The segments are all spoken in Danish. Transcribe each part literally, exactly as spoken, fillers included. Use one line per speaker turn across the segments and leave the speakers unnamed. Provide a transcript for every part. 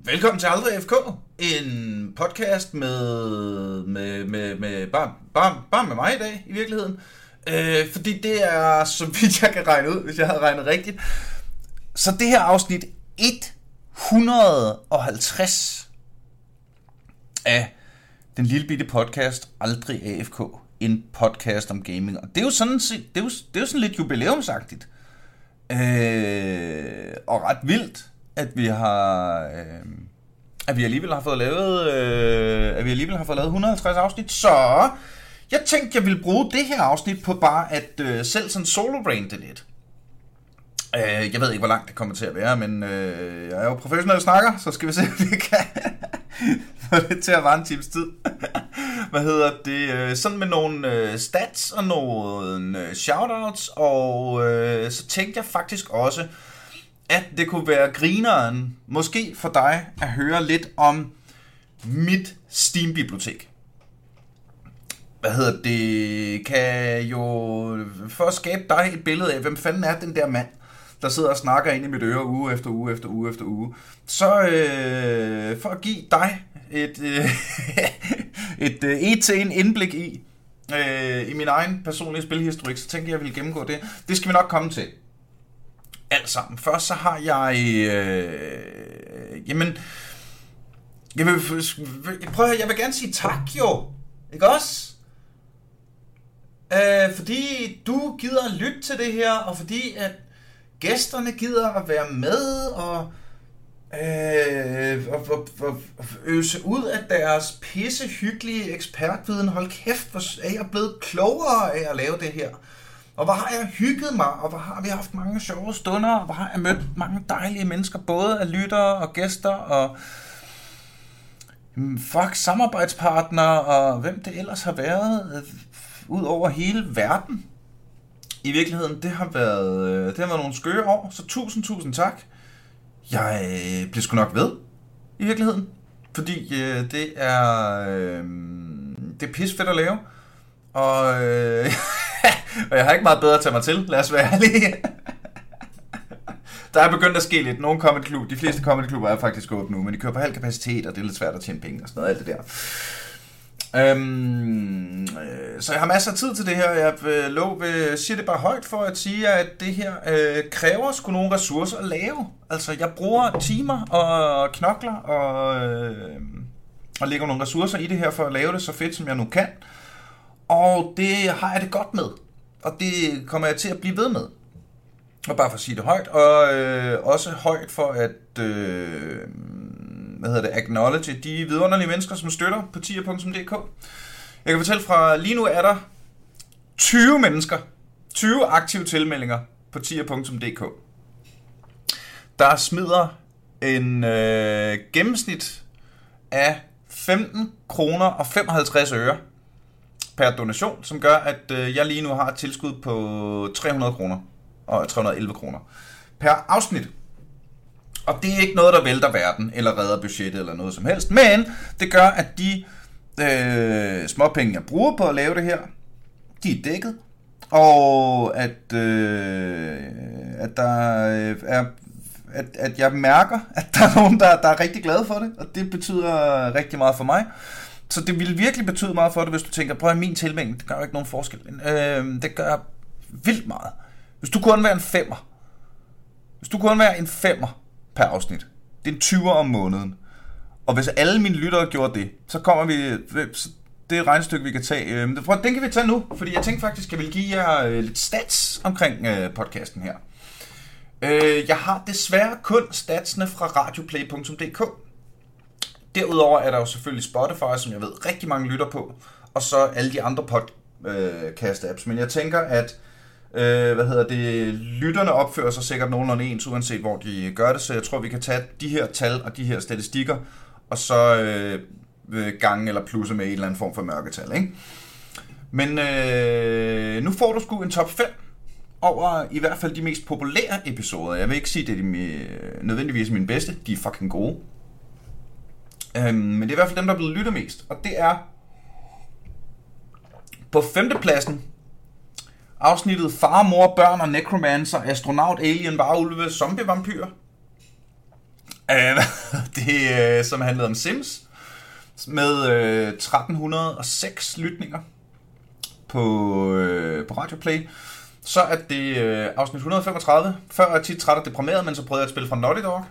Velkommen til Aldrig A F K, en podcast med, med, med, med bare, bare, bare med mig i dag i virkeligheden. Øh, fordi det er, så vidt jeg kan regne ud, hvis jeg havde regnet rigtigt. Så det her afsnit et hundrede og halvtreds af den lille bitte podcast Aldrig A F K, en podcast om gaming. Og det er jo sådan, det er jo, det er jo sådan lidt jubilæumsagtigt. Øh, og ret vildt, at vi har øh, at vi alligevel har fået lavet øh, at vi alligevel har fået lavet et hundrede og halvtreds afsnit. Så jeg tænkte, jeg ville bruge det her afsnit på bare at øh, selv sådan solo-brande lidt. øh, Jeg ved ikke, hvor langt det kommer til at være, men øh, jeg er jo professionel snakker, så skal vi se, om vi kan få det til at vare en times tid. Hvad hedder det? Sådan med nogle øh, stats og nogle øh, shoutouts, og øh, så tænkte jeg faktisk også, at det kunne være grineren, måske for dig, at høre lidt om mit Steam-bibliotek. Hvad hedder det? Kan jo, for at skabe dig et billede af, hvem fanden er den der mand, der sidder og snakker ind i mit øre uge efter uge efter uge efter uge. Så øh, for at give dig et, øh, et øh, et-til-en indblik i, øh, i min egen personlige spilhistorik, så tænker jeg, at jeg vil gennemgå det. Det skal vi nok komme til. Alt sammen. Først så har jeg... Øh, jamen... Jeg vil, prøv at høre, jeg vil gerne sige tak jo. Ikke også? Øh, fordi du gider at lytte til det her, og fordi at gæsterne gider at være med, og, øh, og, og, og, og øse ud af deres pissehyggelige ekspertviden. Hold kæft, hvor er jeg blevet klogere af at lave det her. Og hvor har jeg hygget mig, og hvor har vi haft mange sjove stunder, og hvor har jeg mødt mange dejlige mennesker, både af lyttere og gæster, og fuck, samarbejdspartnere, og hvem det ellers har været, ud over hele verden. I virkeligheden, det har været, det har været nogle skøre år, så tusind, tusind tak. Jeg bliver sgu nok ved, i virkeligheden, fordi det er, det er pissefedt at lave, og... Øh, og jeg har ikke meget bedre at tage mig til, lad os være ærlige. Der er begyndt at ske lidt. Nogle comedyklubber, de fleste comedyklubber er faktisk åbne nu, men de kører på halv kapacitet, og det er lidt svært at tjene penge og sådan noget, alt det der. Øhm, øh, så jeg har masser af tid til det her. Jeg vil lov ved, siger det bare højt for at sige, at det her øh, kræver sgu nogle ressourcer at lave. Altså, jeg bruger timer og knokler og, øh, og lægger nogle ressourcer i det her for at lave det så fedt, som jeg nu kan. Og det har jeg det godt med. Og det kommer jeg til at blive ved med. Og bare for at sige det højt. Og øh, også højt for at øh, hvad hedder det, acknowledge de vidunderlige mennesker, som støtter på tier punktum d k. Jeg kan fortælle fra lige nu er der tyve mennesker, tyve aktive tilmeldinger på tier punktum d k. Der smider en øh, gennemsnit af femten kroner og femoghalvtreds øre per donation, som gør, at øh, jeg lige nu har et tilskud på tre hundrede kroner og tre hundrede og elleve kroner per afsnit. Og det er ikke noget, der vælter verden, eller redder budgettet, eller noget som helst, men det gør, at de øh, småpenge, jeg bruger på at lave det her, de er dækket, og at, øh, at der er at, at jeg mærker, at der er nogen, der, der er rigtig glade for det, og det betyder rigtig meget for mig. Så det ville virkelig betyde meget for dig, hvis du tænker, prøv at min tilmelding, det gør jo ikke nogen forskel. Øh, det gør vildt meget. Hvis du kunne være en femmer, hvis du kunne være en femmer per afsnit, det er en tyver om måneden. Og hvis alle mine lyttere gjorde det, så kommer vi, det er et regnestykke, vi kan tage. Øh, prøv, den kan vi tage nu, fordi jeg tænkte faktisk, at jeg vil give jer øh, lidt stats omkring øh, podcasten her. Øh, jeg har desværre kun statsene fra radioplay punktum d k. Derudover er der jo selvfølgelig Spotify, som jeg ved rigtig mange lytter på, og så alle de andre podcast-apps. Men jeg tænker, at øh, hvad hedder det, lytterne opfører sig sikkert nogenlunde ens, uanset hvor de gør det, så jeg tror, vi kan tage de her tal og de her statistikker, og så øh, gange eller plusse med en eller anden form for mørketal, ikke? Men øh, nu får du sgu en top fem over i hvert fald de mest populære episoder. Jeg vil ikke sige, at det er de, nødvendigvis mine bedste, de er fucking gode. Øhm, men det er i hvert fald dem, der er blevet lyttet mest. Og det er på femtepladsen afsnittet Far, Mor, Børn og Necromancer, Astronaut, Alien, Varulve, Zombie, Vampyr. Uh, det uh, som handlede om Sims, med uh, tretten hundrede og seks lytninger på, uh, på Radio Play. Så er det uh, afsnit et hundrede og femogtredive. Før er jeg tit træt og deprimeret, men så prøvede jeg at spille fra Naughty Dog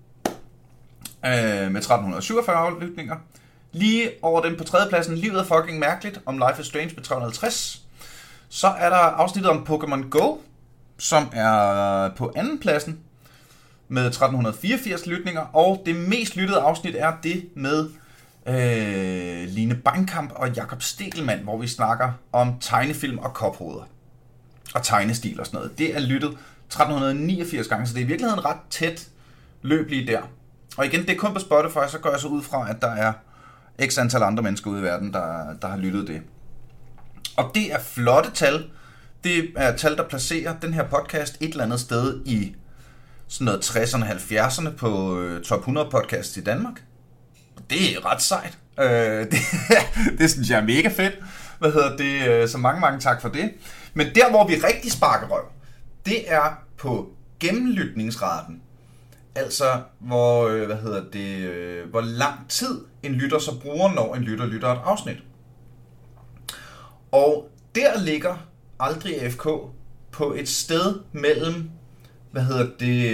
uh, med tretten hundrede og syvogfyrre lytninger. Lige over den på tredjepladsen, Livet er fucking mærkeligt, om Life is Strange med tre hundrede og halvtreds. Så er der afsnittet om Pokémon Go, som er på anden pladsen med tretten hundrede og fireogfirs lytninger. Og det mest lyttede afsnit er det med øh, Line Bankkamp og Jakob Stegelmann, hvor vi snakker om tegnefilm og kophoveder. Og tegnestil og sådan noget. Det er lyttet tretten hundrede og niogfirs gange, så det er i virkeligheden ret tæt løb lige der. Og igen, det er kun på Spotify, så går jeg så ud fra, at der er x antal andre mennesker ude i verden, der, der har lyttet det. Og det er flotte tal. Det er tal, der placerer den her podcast et eller andet sted i sådan noget tresserne og halvfjerdserne på øh, top hundrede podcasts i Danmark. Det er ret sejt. Øh, det, det synes jeg er mega fedt. Hvad hedder det? Så mange, mange tak for det. Men der, hvor vi rigtig sparker røv, det er på gennemlytningsraten. Altså, hvor, øh, hvad hedder det, øh, hvor lang tid en lytter så bruger, når en lytter lytter et afsnit. Og der ligger Aldrig A F K på et sted mellem, hvad hedder det,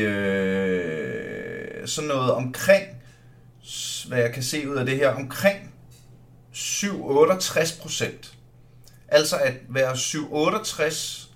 øh, sådan noget omkring, hvad jeg kan se ud af det her, omkring syv til otteogtres procent. Altså at være syv til otteogtres,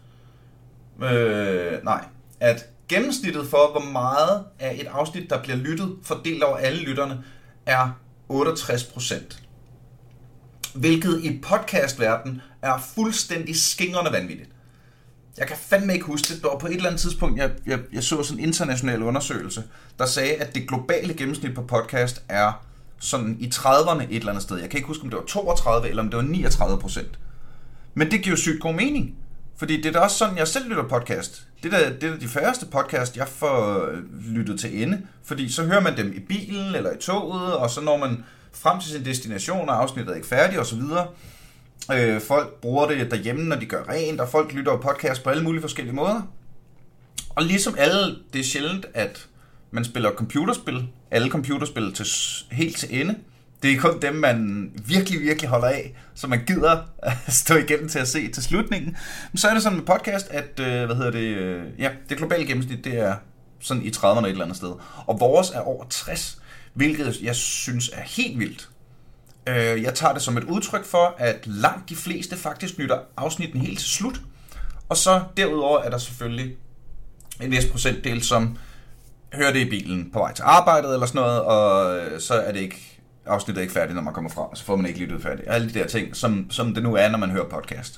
øh, nej, at gennemsnittet for, hvor meget af et afsnit, der bliver lyttet, fordelt over alle lytterne, er otteogtres procent. Hvilket i podcastverdenen er fuldstændig skingrende vanvittigt. Jeg kan fandme ikke huske det. Det var på et eller andet tidspunkt, jeg, jeg, jeg så sådan en international undersøgelse, der sagde, at det globale gennemsnit på podcast er sådan i trediverne et eller andet sted. Jeg kan ikke huske, om det var toogtredive eller om det var niogtredive procent. Men det giver jo sygt god mening. Fordi det er da også sådan, jeg selv lytter podcast. Det er da, det er da de færreste podcast, jeg får lyttet til ende. Fordi så hører man dem i bilen eller i toget, og så når man frem til sin destination, og afsnittet er ikke færdigt osv. Øh, folk bruger det derhjemme, når de gør rent, og folk lytter podcast på alle mulige forskellige måder. Og ligesom alle, det er sjældent, at man spiller computerspil, alle computerspil til, helt til ende. Det er kun dem, man virkelig, virkelig holder af, så man gider at stå igennem til at se til slutningen. Men så er det sådan med podcast, at øh, hvad hedder det, øh, ja, det globale gennemsnit, det er sådan i trediverne et eller andet sted. Og vores er over tres, hvilket jeg synes er helt vildt. Øh, jeg tager det som et udtryk for, at langt de fleste faktisk nytter afsnitten helt til slut. Og så derudover er der selvfølgelig en vis procentdel, som hører det i bilen på vej til arbejdet eller sådan noget, og så er det ikke afsnittet er ikke færdigt, når man kommer fra, så får man ikke lyttet færdigt. Alle de der ting, som, som det nu er, når man hører podcast.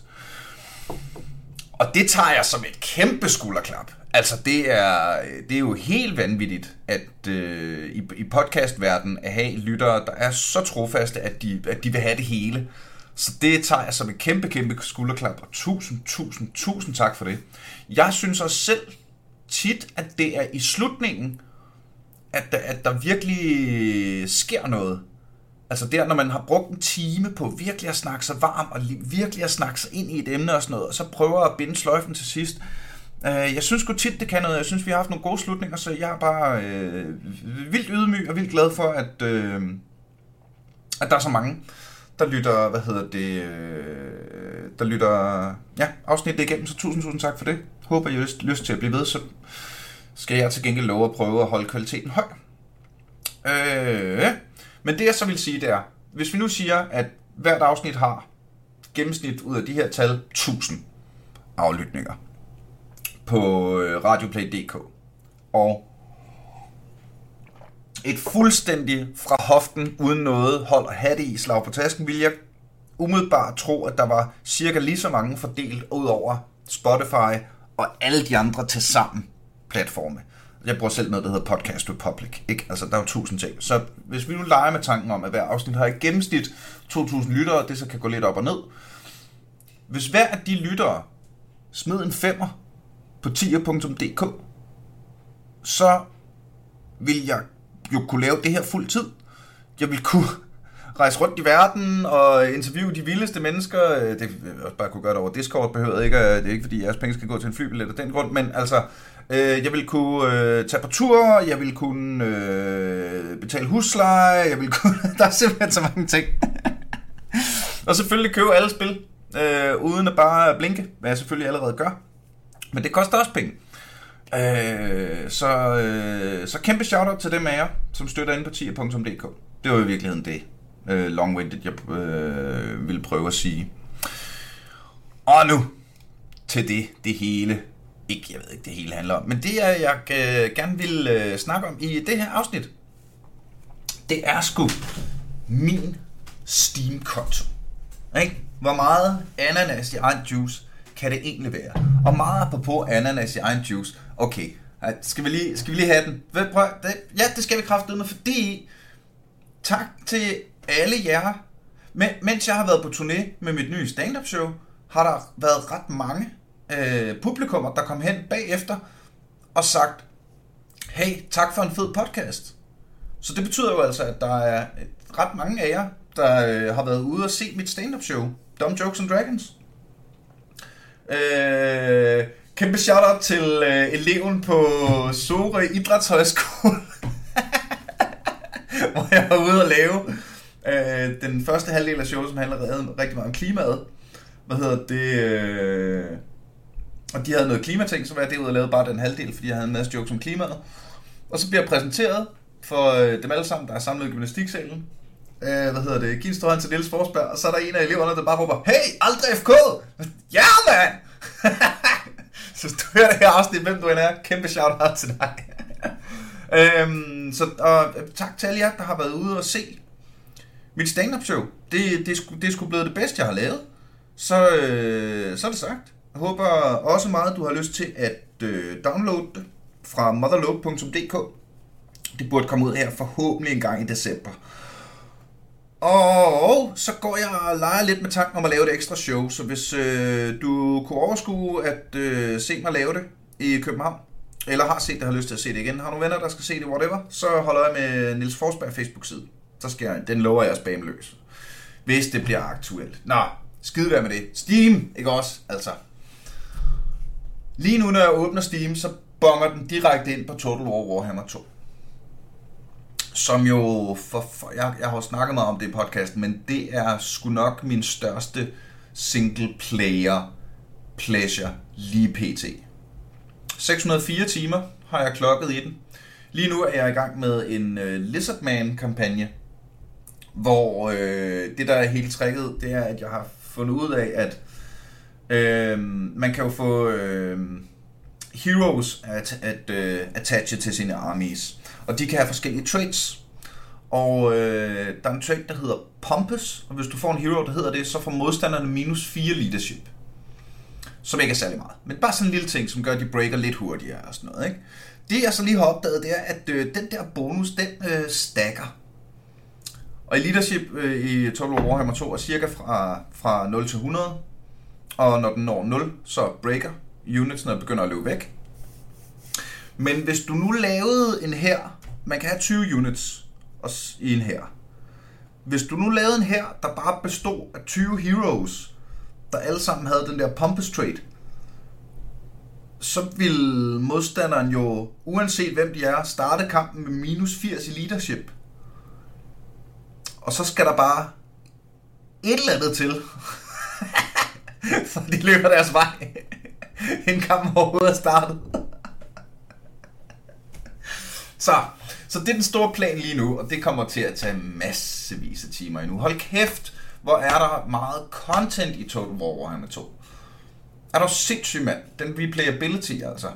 Og det tager jeg som et kæmpe skulderklap. Altså, det er, det er jo helt vanvittigt, at øh, i, i podcastverdenen at have lyttere, der er så trofaste, at de, at de vil have det hele. Så det tager jeg som et kæmpe, kæmpe skulderklap, og tusind, tusind, tusind tak for det. Jeg synes også selv tit, at det er i slutningen, at der, at der virkelig sker noget. Altså der, når man har brugt en time på virkelig at snakke sig varm, og virkelig at snakke sig ind i et emne og sådan noget, og så prøver at binde sløjfen til sidst. Jeg synes sgu tit, det kan noget. Jeg synes, vi har haft nogle gode slutninger, så jeg er bare øh, vildt ydmyg og vildt glad for, at, øh, at der er så mange, der lytter, hvad hedder det, øh, der lytter, ja, afsnittet igennem, så tusind, tusind tak for det. Håber, I har lyst, lyst til at blive ved, så skal jeg til gengæld love at prøve at holde kvaliteten høj. Øh, men det jeg så vil sige, det er, hvis vi nu siger, at hvert afsnit har gennemsnit ud af de her tal, tusind aflytninger på radioplay punktum d k, og et fuldstændig fra hoften, uden noget hold og hat i, slag på tasken, vil jeg umiddelbart tro, at der var cirka lige så mange fordelt ud over Spotify og alle de andre til sammen platforme. Jeg bruger selv noget, der hedder Podcast Republic, ikke? Altså, der er jo tusind ting. Så hvis vi nu leger med tanken om, at hver afsnit har i gennemsnit to tusind lyttere, det så kan gå lidt op og ned. Hvis hver af de lyttere smed en femmer på tier punktum d k, så vil jeg jo kunne lave det her fuld tid. Jeg vil kunne rejse rundt i verden og interviewe de vildeste mennesker. Det vil jeg også bare kunne gøre det over Discord. Behøver ikke, det er ikke fordi jeres penge skal gå til en flybillet af den grund, men altså Jeg ville kunne øh, tage på tur, jeg ville kunne øh, betale husleje, jeg ville kunne... Der er simpelthen så mange ting. Og selvfølgelig købe alle spil, øh, uden at bare blinke, hvad jeg selvfølgelig allerede gør. Men det koster også penge. Øh, så, øh, så kæmpe shoutout til dem af jer, som støtter inde på tier punktum d k. Det var i virkeligheden det øh, long-winded, jeg øh, ville prøve at sige. Og nu til det, det hele... Ikke, jeg ved ikke, det hele handler om. Men det, jeg, jeg øh, gerne vil øh, snakke om i det her afsnit, det er sgu min Steam-konto. Ikke? Hvor meget ananas i egen juice kan det egentlig være? Og meget apropos ananas i egen juice. Okay, skal vi lige, skal vi lige have den? Prøv, det, ja, det skal vi kraftedeme, fordi tak til alle jer. Men, mens jeg har været på turné med mit nye stand-up show, har der været ret mange Øh, publikummer, der kom hen bagefter og sagt, hey, tak for en fed podcast. Så det betyder jo altså, at der er ret mange af jer, der øh, har været ude og se mit stand-up show, Dumb Jokes and Dragons. Øh, kæmpe shout-out til øh, eleven på Sorø Idrætshøjskole, hvor jeg var ude og lave øh, den første halvdel af showet, som handler rigtig meget om klimaet. Hvad hedder det... Øh Og de havde noget klimating, så var jeg derude og lavede bare den halvdel, fordi jeg havde en masse jokes om klimaet. Og så bliver jeg præsenteret for øh, dem alle sammen, der er samlet i gymnastiksalen. Øh, hvad hedder det? Giv en stor hånd til Niels Forsberg, og så er der en af eleverne, der bare råber, hey, Aldrig F K! Ja, mand! Så du hører det her afsnit, hvem du end er. Kæmpe shout-out til dig. øhm, så og, tak til alle jer, der har været ude og se mit stand-up show. Det, det, er sgu, det er sgu blevet det bedste, jeg har lavet. Så, øh, så er det sagt. Jeg håber også meget, at du har lyst til at øh, downloade det fra motherload punktum d k. Det burde komme ud her forhåbentlig en gang i december. Og så går jeg og leger lidt med tanken om at lave et ekstra show. Så hvis øh, du kunne overskue at øh, se mig lave det i København, eller har set det og har lyst til at se det igen, har nogle venner, der skal se det, whatever, så holder jeg med Niels Forsberg Facebook-side. Så skal jeg, den lover jeg at spamme løs. Hvis det bliver aktuelt. Nå, skide være med det. Steam, ikke også? Altså... Lige nu, når jeg åbner Steam, så bonger den direkte ind på Total War Warhammer to. Som jo, for, for, jeg, jeg har snakket meget om det i podcasten, men det er sgu nok min største single-player pleasure lige pt. seks hundrede og fire timer har jeg klokket i den. Lige nu er jeg i gang med en uh, Lizardman-kampagne, hvor øh, det, der er helt tricket, det er, at jeg har fundet ud af, at Øh, man kan jo få øh, heroes at, at øh, attache til sine armies, og de kan have forskellige traits. Og øh, der er en trait, der hedder Pompous, og hvis du får en hero, der hedder det, så får modstanderne minus fire leadership, som ikke er særlig meget, men bare sådan en lille ting, som gør, at de breaker lidt hurtigere og sådan noget, ikke? Det jeg så lige har opdaget, det er, at øh, den der bonus, den øh, stacker. Og i leadership øh, i Total War Warhammer to er cirka fra, fra nul til hundrede. Og når den når nul, så breaker unitsene og begynder at løbe væk. Men hvis du nu lavede en hær, man kan have tyve units i en hær. Hvis du nu lavede en hær, der bare bestod af tyve heroes, der alle sammen havde den der pompous trait, så vil modstanderen jo, uanset hvem de er, starte kampen med minus firs i leadership. Og så skal der bare et eller andet til, så de løber deres vej, inden kampen overhovedet er startet. Så, så det er den store plan lige nu, og det kommer til at tage massevis af timer endnu. Hold kæft, hvor er der meget content i Total War Warhammer to. Er der sindssygt, mand. Den replayability, altså.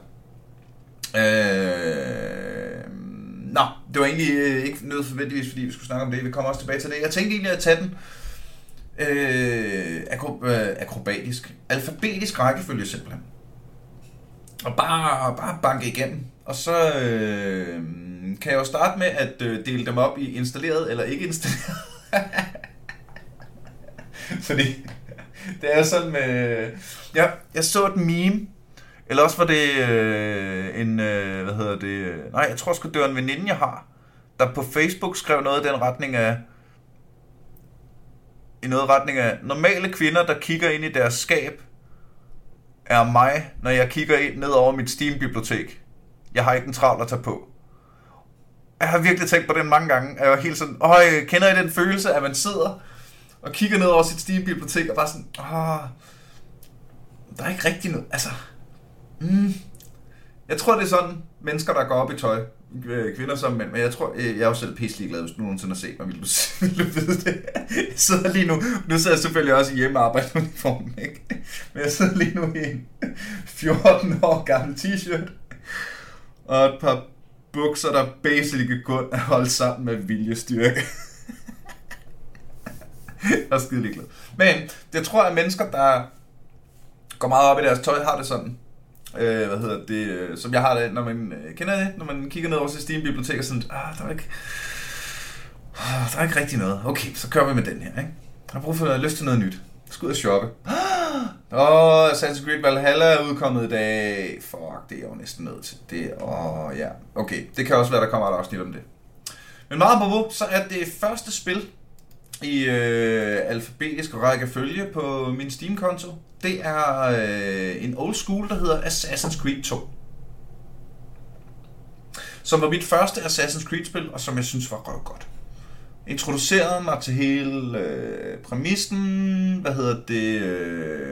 Øh... Nå, det var egentlig øh, ikke noget forventeligt, fordi vi skulle snakke om det. Vi kommer også tilbage til det. Jeg tænkte egentlig at tage den øh, akro- øh, akrobatisk, alfabetisk rækkefølge simpelthen. Og bare, bare banke igennem. Og så øh, kan jeg jo starte med at øh, dele dem op i installeret eller ikke installeret. Fordi det er sådan med... Ja, jeg så et meme, eller også var det øh, en... Øh, hvad hedder det? Nej, jeg tror sgu, det var en veninde, jeg har, der på Facebook skrev noget i den retning af... I noget retning af... Normale kvinder, der kigger ind i deres skab, er mig, når jeg kigger ind ned over mit Steam-bibliotek. Jeg har ikke en travl at tage på. Jeg har virkelig tænkt på den mange gange. Jeg var helt sådan, åh, kender I den følelse, at man sidder og kigger ned over sit Steam-bibliotek og bare sådan, åh, der er ikke rigtig noget, altså, mm. Jeg tror, det er sådan, mennesker, der går op i tøj, kvinder som mænd, men jeg tror, jeg er jo selv pisselig glad, hvis du nogensinde har set mig, vil du, vil du vide det. Jeg sidder lige nu, nu sidder jeg selvfølgelig også i hjemmearbejdsuniformen, ikke? Men jeg sidder lige nu i en fjorten år gammel t-shirt, og et par bukser, der basically kun er holdt sammen med viljestyrke. Jeg er skide ligeglad. Men jeg tror, at mennesker, der går meget op i deres tøj, har det sådan, øh, hvad hedder det, som jeg har det, når man kender det, når man kigger ned over sit Steam-bibliotek og sådan, ah, der er ikke, ah, der er ikke rigtig noget. Okay, så kører vi med den her, ikke? Jeg har brug for, at jeg har lyst til noget nyt. Jeg skal ud og shoppe. Åh, oh, Assassin's Creed Valhalla er udkommet i dag. Fuck, det er jeg jo næsten nødt til. Det åh, oh, ja. Okay, det kan også være, der kommer et afsnit om det. Men meget på så er det første spil i øh, alfabetisk rækkefølge på min Steam-konto. Det er øh, en old school, der hedder Assassin's Creed to. Som var mit første Assassin's Creed-spil, og som jeg synes var røvgodt. Introducerede mig til hele øh, præmissen, hvad hedder det, øh,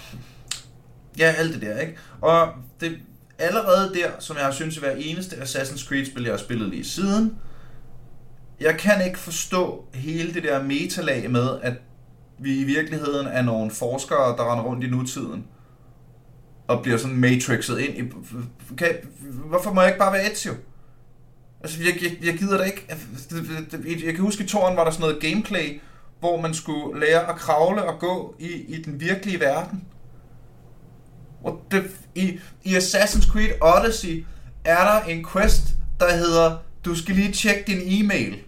ja, alt det der, ikke? Og det allerede der, som jeg har syntes at være eneste Assassin's Creed-spil, jeg har spillet lige siden, jeg kan ikke forstå hele det der metalag med, at vi i virkeligheden er nogle forskere, der render rundt i nutiden, og bliver sådan matrixet ind i, kan, hvorfor må jeg ikke bare være Ezio? Altså, jeg, jeg, jeg gider det ikke. Jeg kan huske, i toren var der sådan noget gameplay, hvor man skulle lære at kravle og gå i, i den virkelige verden. Og det, i, I Assassin's Creed Odyssey er der en quest, der hedder, du skal lige tjekke din e-mail.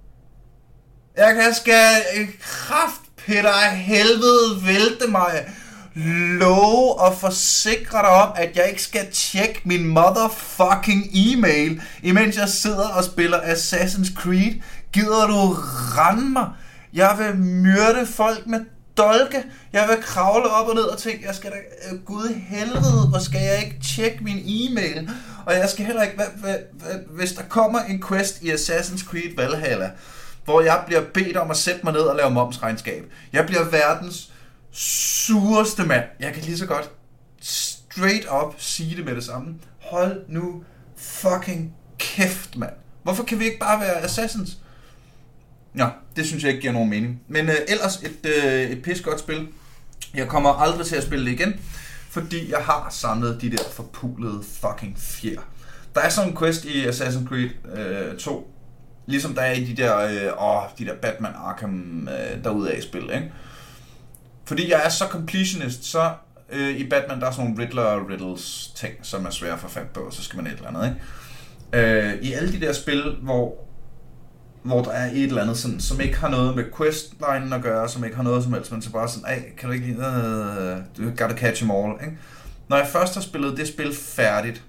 Jeg kan skal kraftpætter af helvede vælte mig, love og forsikre dig om, at jeg ikke skal tjekke min motherfucking e-mail, imens jeg sidder og spiller Assassin's Creed. Gider du rende mig? Jeg vil myrde folk med dolke. Jeg vil kravle op og ned og tænke, jeg skal da, gud helvede, hvor skal jeg ikke tjekke min e-mail? Og jeg skal heller ikke, hvad, hvad, hvad, hvis der kommer en quest i Assassin's Creed Valhalla, hvor jeg bliver bedt om at sætte mig ned og lave momsregnskab. Jeg bliver verdens sureste mand. Jeg kan lige så godt straight up sige det med det samme. Hold nu fucking kæft, mand. Hvorfor kan vi ikke bare være assassins? Ja, det synes jeg ikke giver nogen mening. Men øh, ellers et, øh, et pissegodt spil. Jeg kommer aldrig til at spille det igen, fordi jeg har samlet de der forpulede fucking fjer. Der er sådan en quest i Assassin's Creed øh, to, ligesom der er i de der, øh, åh, de der Batman Arkham øh, derudaf spil, ikke? Fordi jeg er så completionist, så øh, i Batman der er sådan nogle Riddler Riddles ting, som er svære at få fat på, og så skal man et eller andet, ikke? Øh, I alle de der spil, hvor, hvor der er et eller andet, sådan, som ikke har noget med questlinen at gøre, som ikke har noget som helst, men så bare sådan, ej, kan du ikke lide, øh, du gotta catch them all, ikke? Når jeg først har spillet det spil færdigt,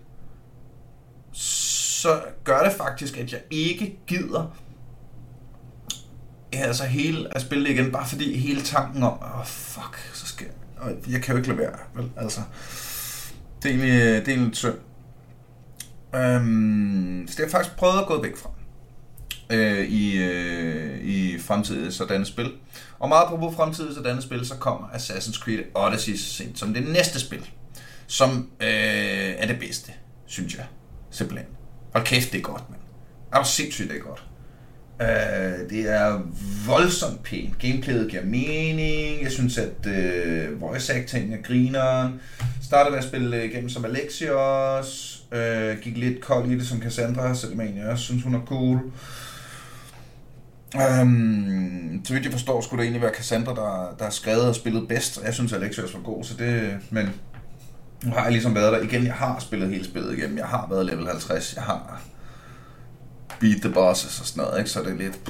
så gør det faktisk, at jeg ikke gider ja, altså hele at spille det igen, bare fordi hele tanken om, åh oh, fuck, så skal jeg, jeg kan jo ikke lade være, vel, altså, det er egentlig, det er egentlig lidt synd. Øhm, så det har jeg faktisk prøvet at gå væk fra, øh, i, øh, i fremtidige sådanne spil, og meget på fremtidige sådanne spil, så kommer Assassin's Creed Odyssey sent som det næste spil, som øh, er det bedste, synes jeg, simpelthen. Hold kæft, det er godt, mand. Er du sindssygt, det er godt. Uh, det er voldsomt pænt. Gameplayet giver mening. Jeg synes, at uh, voice acting er grineren. Startede med at spille igennem som Alexios. Uh, gik lidt kold i det som Cassandra, selvom jeg også synes, hun er cool. Um, så vidt jeg forstår, skulle det egentlig være Cassandra, der, der har skrevet og spillet bedst. Jeg synes, at Alexios var god, så det... Men nu har jeg ligesom været der. Igen, jeg har spillet hele spillet igennem. Jeg har været level halvtreds. Jeg har... beat the bosses og sådan noget, ikke? Så det er lidt...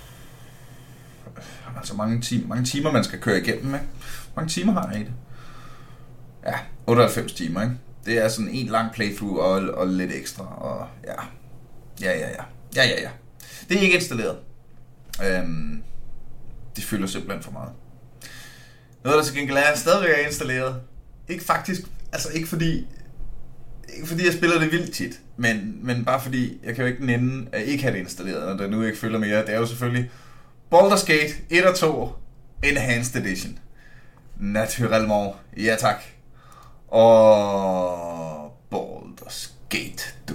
Altså mange timer, mange timer, man skal køre igennem, ikke? Mange timer har jeg i det. Ja, otteoghalvfems timer, ikke? Det er sådan en lang playthrough og, og lidt ekstra, og ja. Ja, ja, ja. Ja, ja, ja. Det er ikke installeret. Øhm, det fylder simpelthen for meget. Noget, der til gengæld er stadigvæk er installeret, ikke faktisk, altså ikke fordi, ikke fordi jeg spiller det vildt tit, men, men bare fordi, jeg kan jo ikke nænde at ikke have det installeret, når det nu ikke følger mere. Det er jo selvfølgelig Baldur's Gate et og to Enhanced Edition. Naturellement, ja tak. Og Baldur's Gate, du.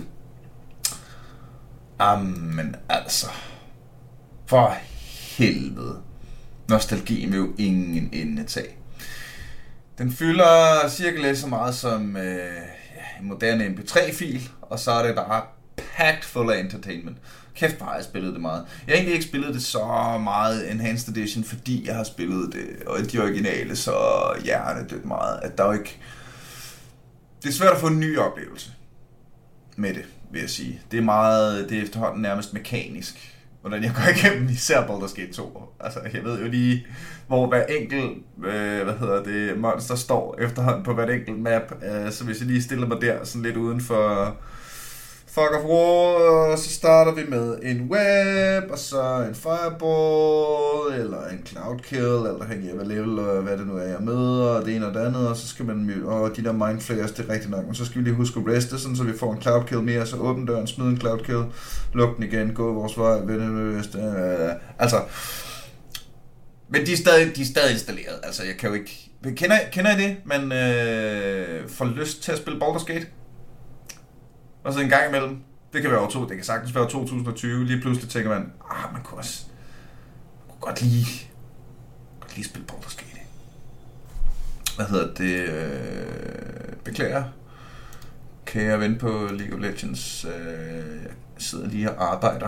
Amen altså. For helvede. Nostalgien vil jo ingen ende tage. Den fylder cirka lige så meget som øh, ja, en moderne M P tre-fil, og så er det bare packed full af entertainment. Kæft bare, jeg spillet det meget. Jeg har egentlig ikke spillet det så meget Enhanced Edition, fordi jeg har spillet det, og de originale så hjernedødt meget, at der er jo ikke... Det er svært at få en ny oplevelse med det, vil jeg sige. Det er meget, det er efterhånden nærmest mekanisk, hvordan jeg går igennem især Baldur's Gate to. Altså, jeg ved jo lige, hvor hver enkelt, øh, hvad hedder det, monster står efterhånden på hvert enkelt map. Øh, så hvis jeg lige stiller mig der, sådan lidt uden for Fog of War, så starter vi med en web, og så en fireball, eller en cloud kill, eller hænger af hvad level, og hvad det nu er, jeg møder, og det ene og det andet, og så skal man, og de der mindflayers, det er rigtigt nok, men så skal vi lige huske at reste, sådan, så vi får en cloud kill mere, så åbn døren, smid en cloud kill, luk den igen, gå vores vej, vende, altså, men de er stadig, de er stadig installeret, altså jeg kan jo ikke, kender, kender I det, man øh, får lyst til at spille Baldur's Gate? Og så en gang imellem, det kan være over to, det kan sagtens være to tusind og tyve, lige pludselig tænker man, ah, man kunne også, man kunne godt lige, godt lige spille Baldur's Gate. Hvad hedder det, øh, beklager, kære ven på League of Legends, øh, jeg sidder lige og arbejder.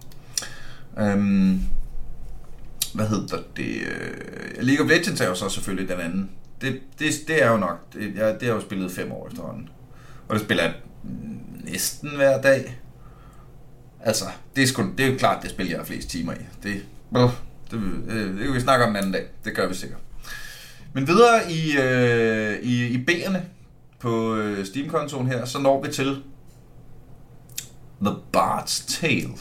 Um, hvad hedder det, øh, League of Legends er jo så selvfølgelig den anden, det, det, det er jo nok, det, jeg, det har jo spillet fem år efterhånden, og det spiller jeg næsten hver dag. Altså, det er, sgu, det er jo klart det spil, jeg har flest timer i. Det, det, det, det kan vi snakke om en anden dag. Det gør vi sikkert. Men videre i, øh, i, i B'erne på øh, Steam-kontoen her, så når vi til The Bard's Tale,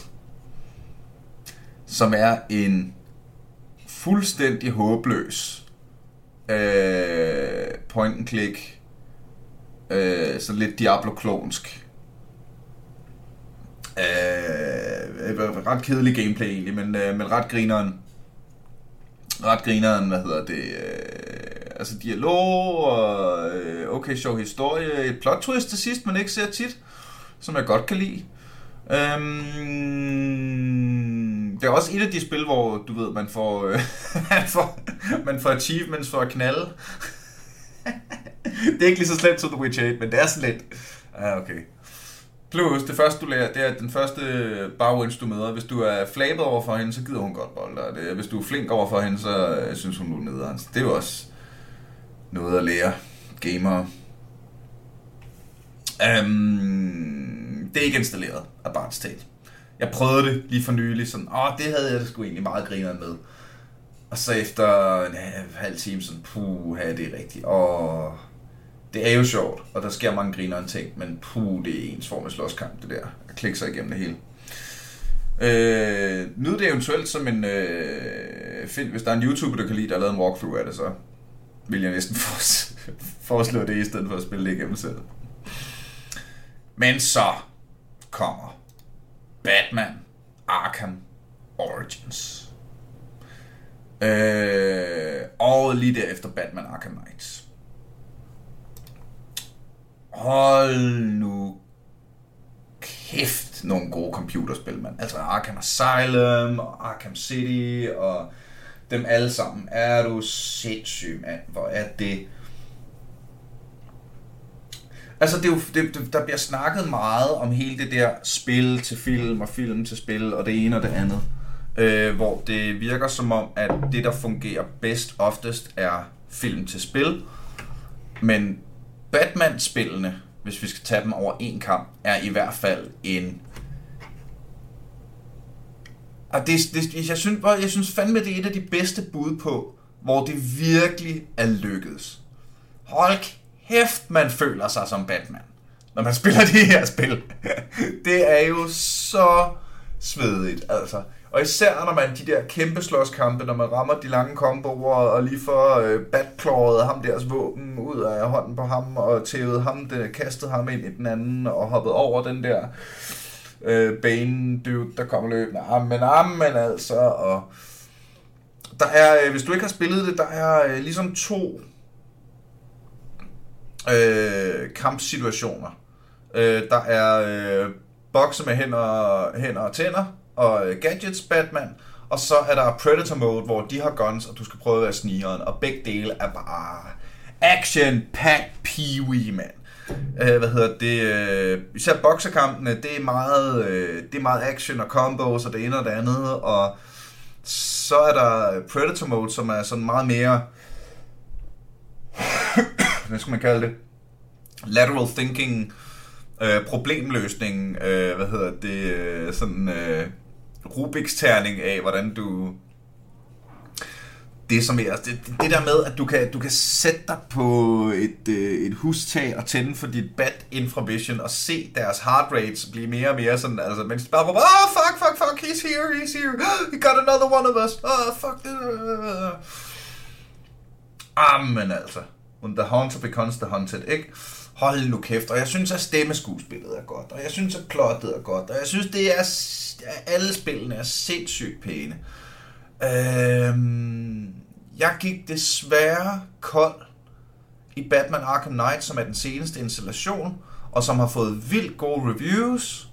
som er en fuldstændig håbløs øh, point and click, Øh, så lidt Diablo-klonsk. Øh, ret kedelig gameplay egentlig, men, øh, men ret grineren. Ret grineren, hvad hedder det? Øh, altså dialog og øh, okay sjov historie. Et plot twist til sidst, men ikke ser tit, som jeg godt kan lide. Øhm, det er også et af de spil, hvor du ved, man får, øh, man får, man får achievements for at knalde. Det er ikke lige så slemt som The Witcher otte, men det er sådan lidt. Ah, okay. Plus, det første du lærer, det er den første bagwinds du møder. Hvis du er flabet over for hende, så gider hun godt bolde dig. Hvis du er flink over for hende, så synes hun nu er nederen. Det er jo også noget at lære gamere. Um, det er ikke installeret af Bard's Tale. Jeg prøvede det lige for nylig, sådan, åh, det havde jeg da sgu egentlig meget grineren med. Og så efter en halv time, sådan, puh, det er rigtigt. Og det er jo sjovt, og der sker mange grineren ting, men puh, det er ens form af slåskamp, det der. At klikke sig igennem det hele. Øh, nyd det eventuelt som en, øh, find, hvis der er en YouTuber, der kan lide, der har lavet en walkthrough af det, så vil jeg næsten foreslå det, i stedet for at spille det igennem selv. Men så kommer Batman Arkham Origins. Øh, og lige derefter Batman Arkham Knights. Hold nu kæft nogle gode computerspil, mand. Altså Arkham Asylum og Arkham City og dem alle sammen. Er du sindssyg, mand? Hvor er det? Altså det er jo, det, der bliver snakket meget om hele det der spil til film og film til spil og det ene og det andet. Øh, hvor det virker som om, at det der fungerer bedst oftest er film til spil. Men Batman-spillene, hvis vi skal tage dem over en kamp, er i hvert fald en... Og det, det, jeg, synes, jeg synes fandme, det er et af de bedste bud på, hvor det virkelig er lykkedes. Hold kæft, man føler sig som Batman, når man spiller de her spil. Det er jo så svedigt, altså. Og især når man de der kæmpe slåskampe, når man rammer de lange komboer, og lige får øh, batclawet ham deres våben ud af hånden på ham, og tævet ham, det, kastet ham ind i den anden, og hoppet over den der øh, Bane dude, der kommer løbende. Amen, amen altså, og der er, øh, hvis du ikke har spillet det, der er øh, ligesom to øh, kampsituationer. Øh, der er øh, bokse med hænder, hænder og tænder, og øh, gadgets Batman, og så er der Predator Mode, hvor de har guns, og du skal prøve at være snigeren, og begge dele er bare action-packed peewee, mand. Øh, hvad hedder det? Øh, især bokserkampene, det er meget, øh, det er meget action og combos, og det ene og det andet, og så er der Predator Mode, som er sådan meget mere, hvad skal man kalde det, lateral thinking, øh, problemløsning, øh, hvad hedder det, øh, sådan øh, Rubiks terning af, hvordan du, det som er, det, det der med, at du kan, du kan sætte dig på et, øh, et hustag og tænde for dit bat infravision og se deres heart rates blive mere og mere sådan, altså, mens de bare råber, oh, fuck, fuck, fuck, he's here, he's here, he got another one of us, oh, fuck, amen altså, when the hunter becomes the hunted, ikke? Hold nu kæft, og jeg synes, at stemmeskuespillet er godt, og jeg synes, at plottet er godt, og jeg synes, det er, at alle spillene er sindssygt pæne. Øhm, jeg gik desværre kold i Batman Arkham Knight, som er den seneste installation, og som har fået vildt gode reviews,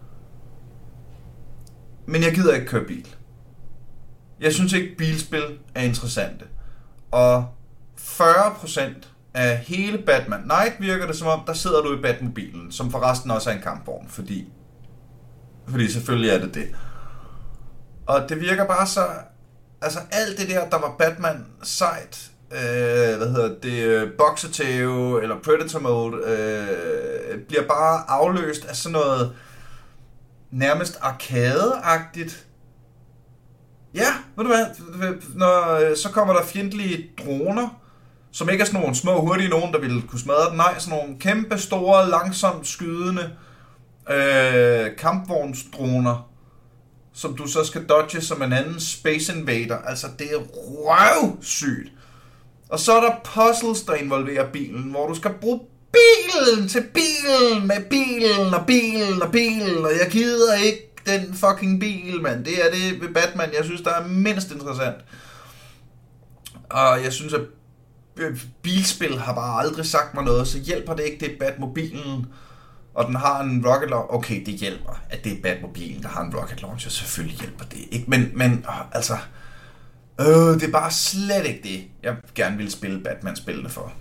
men jeg gider ikke køre bil. Jeg synes ikke, bilspil er interessante, og fyrre procent af hele Batman Knight virker det som om, der sidder du i Batmobilen, som forresten også er en kampvogn, fordi, fordi selvfølgelig er det det. Og det virker bare så, altså alt det der, der var Batman sejt, øh, hvad hedder det, boksetæve eller Predator Mode, øh, bliver bare afløst af sådan noget nærmest arcade-agtigt. Ja, ved du hvad, når, så kommer der fjendtlige droner, som ikke er sådan nogle små, hurtige nogen, der ville kunne smadre den. Nej, sådan nogle kæmpe, store, langsomt skydende øh, kampvognsdroner, som du så skal dodge som en anden Space Invader. Altså, det er røvsygt. Og så er der puzzles, der involverer bilen, hvor du skal bruge bilen til bilen med bilen og bilen og bilen, og jeg gider ikke den fucking bil, mand. Det er det ved Batman, jeg synes, der er mindst interessant. Og jeg synes, at bilspil har bare aldrig sagt mig noget, så hjælper det ikke, det er Batmobilen, og den har en rocket launcher. Okay, det hjælper, at det er Batmobilen, der har en rocket launcher. Selvfølgelig hjælper det ikke, men, men altså, øh, det er bare slet ikke det, jeg gerne vil spille Batman-spillene for.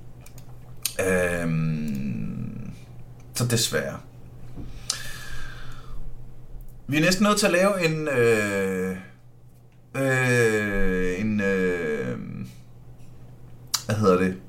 Øhm, så desværre. Vi er næsten nødt til at lave en, øh, øh, en, øh, hvad hedder det?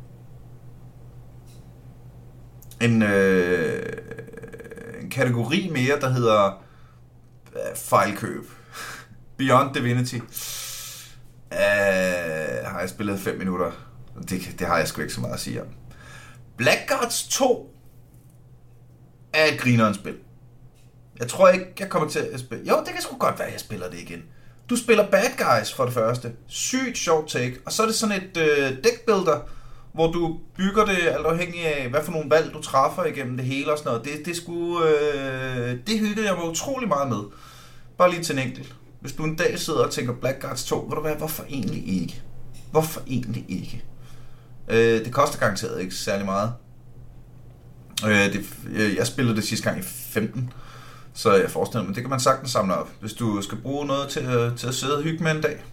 En, øh, en kategori mere, der hedder øh, fejlkøb. Beyond Divinity. Øh, har jeg spillet fem minutter. Det, det har jeg sgu ikke så meget at sige om. Blackguards to er et grinerens spil. Jeg tror ikke, jeg kommer til at spille. Jo, det kan sgu godt være, at jeg spiller det igen. Du spiller bad guys for det første. Sygt sjovt take. Og så er det sådan et øh, deckbuilder, hvor du bygger det alt afhængig af, hvad for nogle valg du træffer igennem det hele og sådan noget. Det, det, sgu, øh, det hygger jeg mig utrolig meget med. Bare lige til en enkelt. Hvis du en dag sidder og tænker Blackguards to, ved du hvad, hvorfor egentlig ikke? Hvorfor egentlig ikke? Øh, det koster garanteret ikke særlig meget. Øh, det, jeg spillede det sidste gang i femten, så jeg forestiller mig, det kan man sagtens samle op, hvis du skal bruge noget til, til at sidde og hygge med en dag.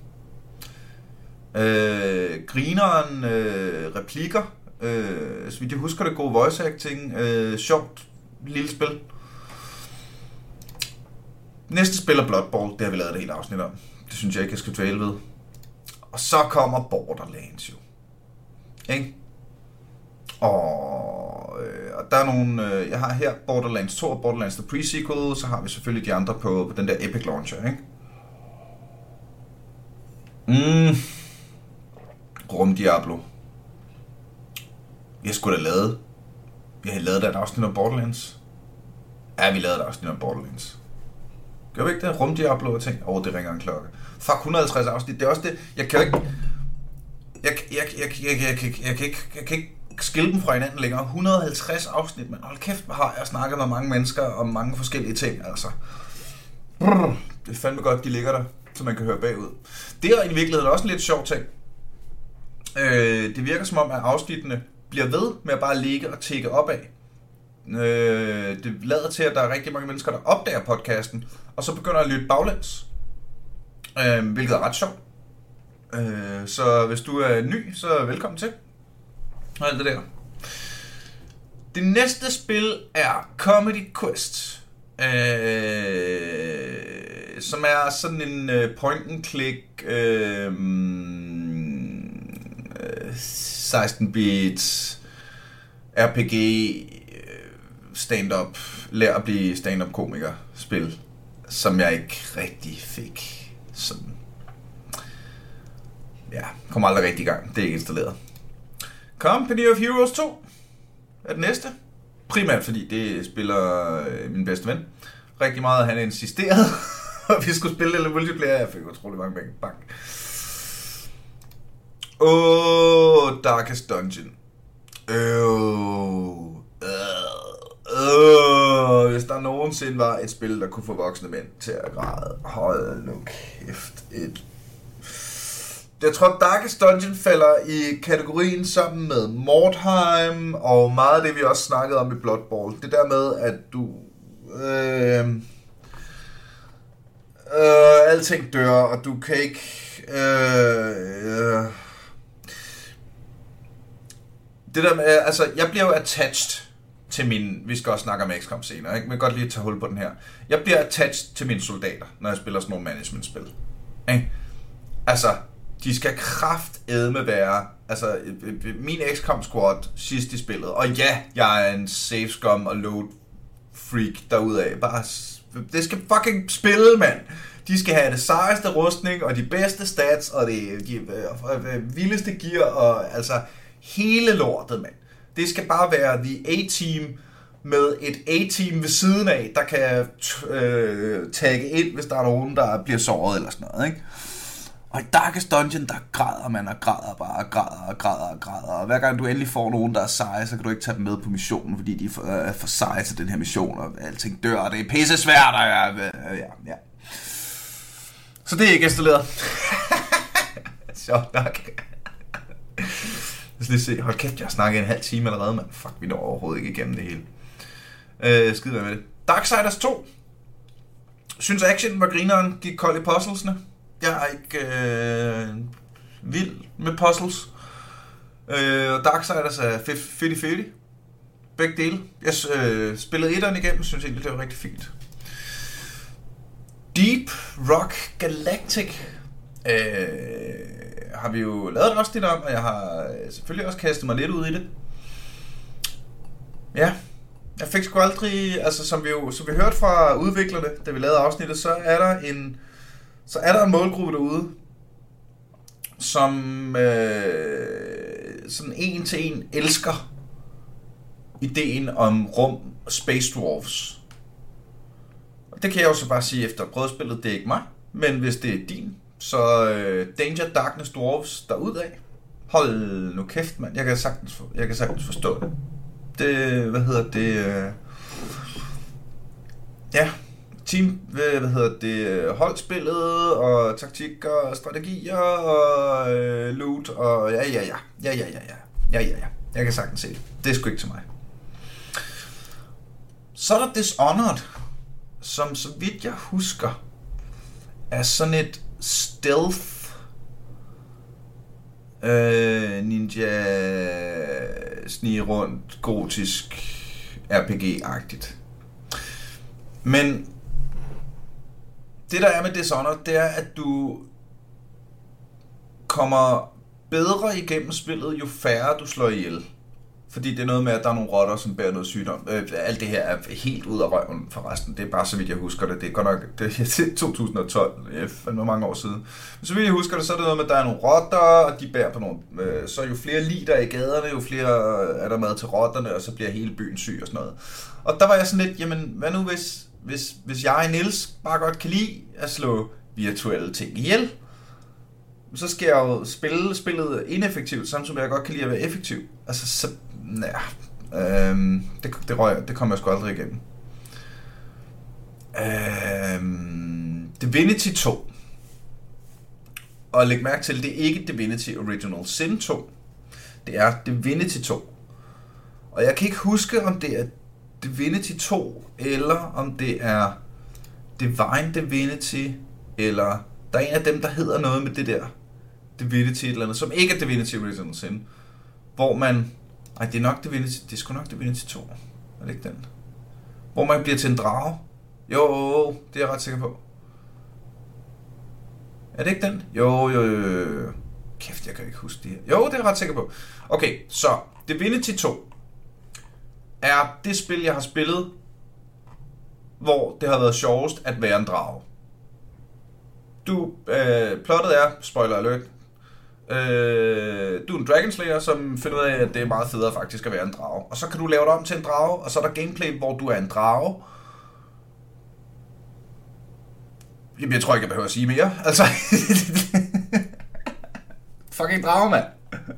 Øh, grineren, øh, replikker, øh, så vidt jeg husker det, god voice acting, øh, sjovt lille spil. Næste spil er Blood Bowl, det har vi lavet et helt afsnit om. Det synes jeg ikke, jeg skal tvæle ved. Og så kommer Borderlands jo. Ikke? Og, øh, og der er nogle, øh, jeg har her Borderlands to og Borderlands The Pre-Sequel, så har vi selvfølgelig de andre på, på den der Epic Launcher, ikke? Mm. Rum Diablo. Jeg skulle da lavet. Vi har lavet der et afsnit om Borderlands. Ja, vi lavede et afsnit om Borderlands. Gør vi ikke det? Rumdiablo og ting. Åh, oh, det ringer en klokke. Fuck, et hundrede og halvtreds afsnit. Det er også det. Jeg kan jo ikke... Jeg, jeg, jeg, jeg, jeg, jeg, jeg, jeg, kan ikke, jeg kan ikke skille dem fra hinanden længere. et hundrede og halvtreds afsnit, men hold kæft, hvor har jeg snakket med mange mennesker om mange forskellige ting, altså. Det er fandme godt, de ligger der, så man kan høre bagud. Det er i virkeligheden også en lidt sjov ting. Øh, det virker som om, at afsnittene bliver ved med at bare ligge og tikke opad. Øh, det lader til, at der er rigtig mange mennesker, der opdager podcasten, og så begynder at lytte baglæns. Øh, hvilket er ret sjovt. Øh, så hvis du er ny, så velkommen til. Og alt det der. Det næste spil er Comedy Quest. Øh, som er sådan en uh, point and click uh, seksten bit R P G stand-up, lær at blive stand-up komiker spil, som jeg ikke rigtig fik sådan. Ja, kom aldrig rigtig i gang. Det er ikke installeret. Company of Heroes to er det næste. Primært fordi det spiller øh, min bedste ven rigtig meget. Han insisterede, og vi skulle spille eller multiplayer. Jeg fik utrolig mange penge. Bang. Åh, oh, Darkest Dungeon. Åh. Øh, hvis der nogensinde var et spil, der kunne få voksne mænd til at græde. Hold nu kæft. Et Jeg tror, Darkest Dungeon falder i kategorien sammen med Mordheim og meget af det, vi også snakkede om i Blood Bowl. Det der med, at du... Øh, øh, alting dør, og du kan ikke... Øh, øh, det der med... Altså, jeg bliver jo attached til min... Vi skal også snakke om X COM senere, ikke? Men godt lige tage hul på den her. Jeg bliver attached til mine soldater, når jeg spiller sådan nogle management-spil. Ikke? Altså... De skal kraftedme være, altså min X COM squad sidst i spillet, og ja, jeg er en safe scum og load freak derudaf, bare, det skal fucking spille, mand. De skal have det sejeste rustning, og de bedste stats, og det de, øh, vildeste gear, og altså hele lortet, mand. Det skal bare være the A-team med et A-team ved siden af, der kan øh, tagge ind, hvis der er nogen, der bliver såret eller sådan noget, ikke? Og i Darkest Dungeon, der græder man og græder bare og græder og græder og græder. Og hver gang du endelig får nogen, der er seje, så kan du ikke tage dem med på missionen, fordi de er for, øh, for seje til den her mission, og alting dør, og det er pisse svært. Og ja, ja, ja. Så det er ikke installeret. Sjovt nok. Jeg skal lige se. Hold kæft, jeg har snakket en halv time allerede, mand. Fuck, vi når overhovedet ikke igennem det hele. Øh, skide med det. Darksiders to. Synes action var grineren, gik kold i puzzlesne. Jeg er ikke øh, vild med puzzles. Øh, og Darksiders er fedt fedt. Begge dele. Jeg øh, spillede etteren igennem, synes egentlig, det var rigtig fint. Deep Rock Galactic øh, har vi jo lavet et afsnit om, og jeg har selvfølgelig også kastet mig lidt ud i det. Ja, jeg fik sgu aldrig, altså som vi jo som vi hørte fra udviklerne, da vi lavede afsnittet, så er der en Så er der en målgruppe derude, som øh, sådan en til en elsker ideen om rum Space Dwarfs. Og det kan jeg jo så bare sige efter at prøve spillet, det er ikke mig, men hvis det er din, så øh, Danger Darkness Dwarfs derudad. Hold nu kæft, mand. Jeg kan sagtens, for, jeg kan sagtens forstå det. Det, hvad hedder det? Øh, ja. Team, hvad hedder det, holdspillet, og taktik, og strategier, og øh, loot, og ja, ja, ja, ja, ja, ja, ja, ja, ja, ja, jeg kan sagtens se det. Det er sgu ikke til mig. Så er der Dishonored, som så vidt jeg husker, er sådan et stealth, øh, ninja, snige rundt, gotisk, R P G-agtigt. Men det der er med Dishonored, det er, at du kommer bedre igennem spillet, jo færre du slår ihjel. Fordi det er noget med, at der er nogle rotter, som bærer noget sygdom. Øh, alt det her er helt ud af røven forresten. Det er bare så vidt jeg husker det. Det er godt nok det er to tusind og tolv, for mange år siden. Men så vidt jeg husker det, så er det noget med, at der er nogle rotter, og de bærer på nogle... Øh, så jo flere lig der er i gaderne, jo flere er der mad til rotterne, og så bliver hele byen syg og sådan noget. Og der var jeg sådan lidt, jamen hvad nu hvis... hvis, hvis jeg, Niels, bare godt kan lide at slå virtuelle ting ihjel, så skal jeg jo spille spillet ineffektivt, samtidig som jeg godt kan lide at være effektiv. Altså, så... Ja, øhm, det, det, røg, det kommer jeg sgu aldrig igennem. Øhm, Divinity to. Og læg mærke til, det er ikke Divinity Original Sin to. Det er Divinity to. Og jeg kan ikke huske, om det er Divinity to, eller om det er Divine Divinity, eller der er en af dem, der hedder noget med det der Divinity eller andet, som ikke er Divinity Original Sin, hvor man... Ej, det er nok Divinity... Det er sgu nok Divinity to. Er det ikke den? Hvor man bliver til en drage. Jo, det er jeg ret sikker på. Er det ikke den? Jo, jo, jo, jo. Kæft, jeg kan ikke huske det her. Jo, det er jeg ret sikker på. Okay, så Divinity to er det spil, jeg har spillet, hvor det har været sjovest at være en drage. Du, øh, plottet er, spoiler alert, øh, du er en Dragon Slayer, som finder ud af, at det er meget federe faktisk at være en drage. Og så kan du lave det om til en drage, og så er der gameplay, hvor du er en drage. Jamen, jeg tror ikke, jeg behøver at sige mere. Altså, fucking drage, mand.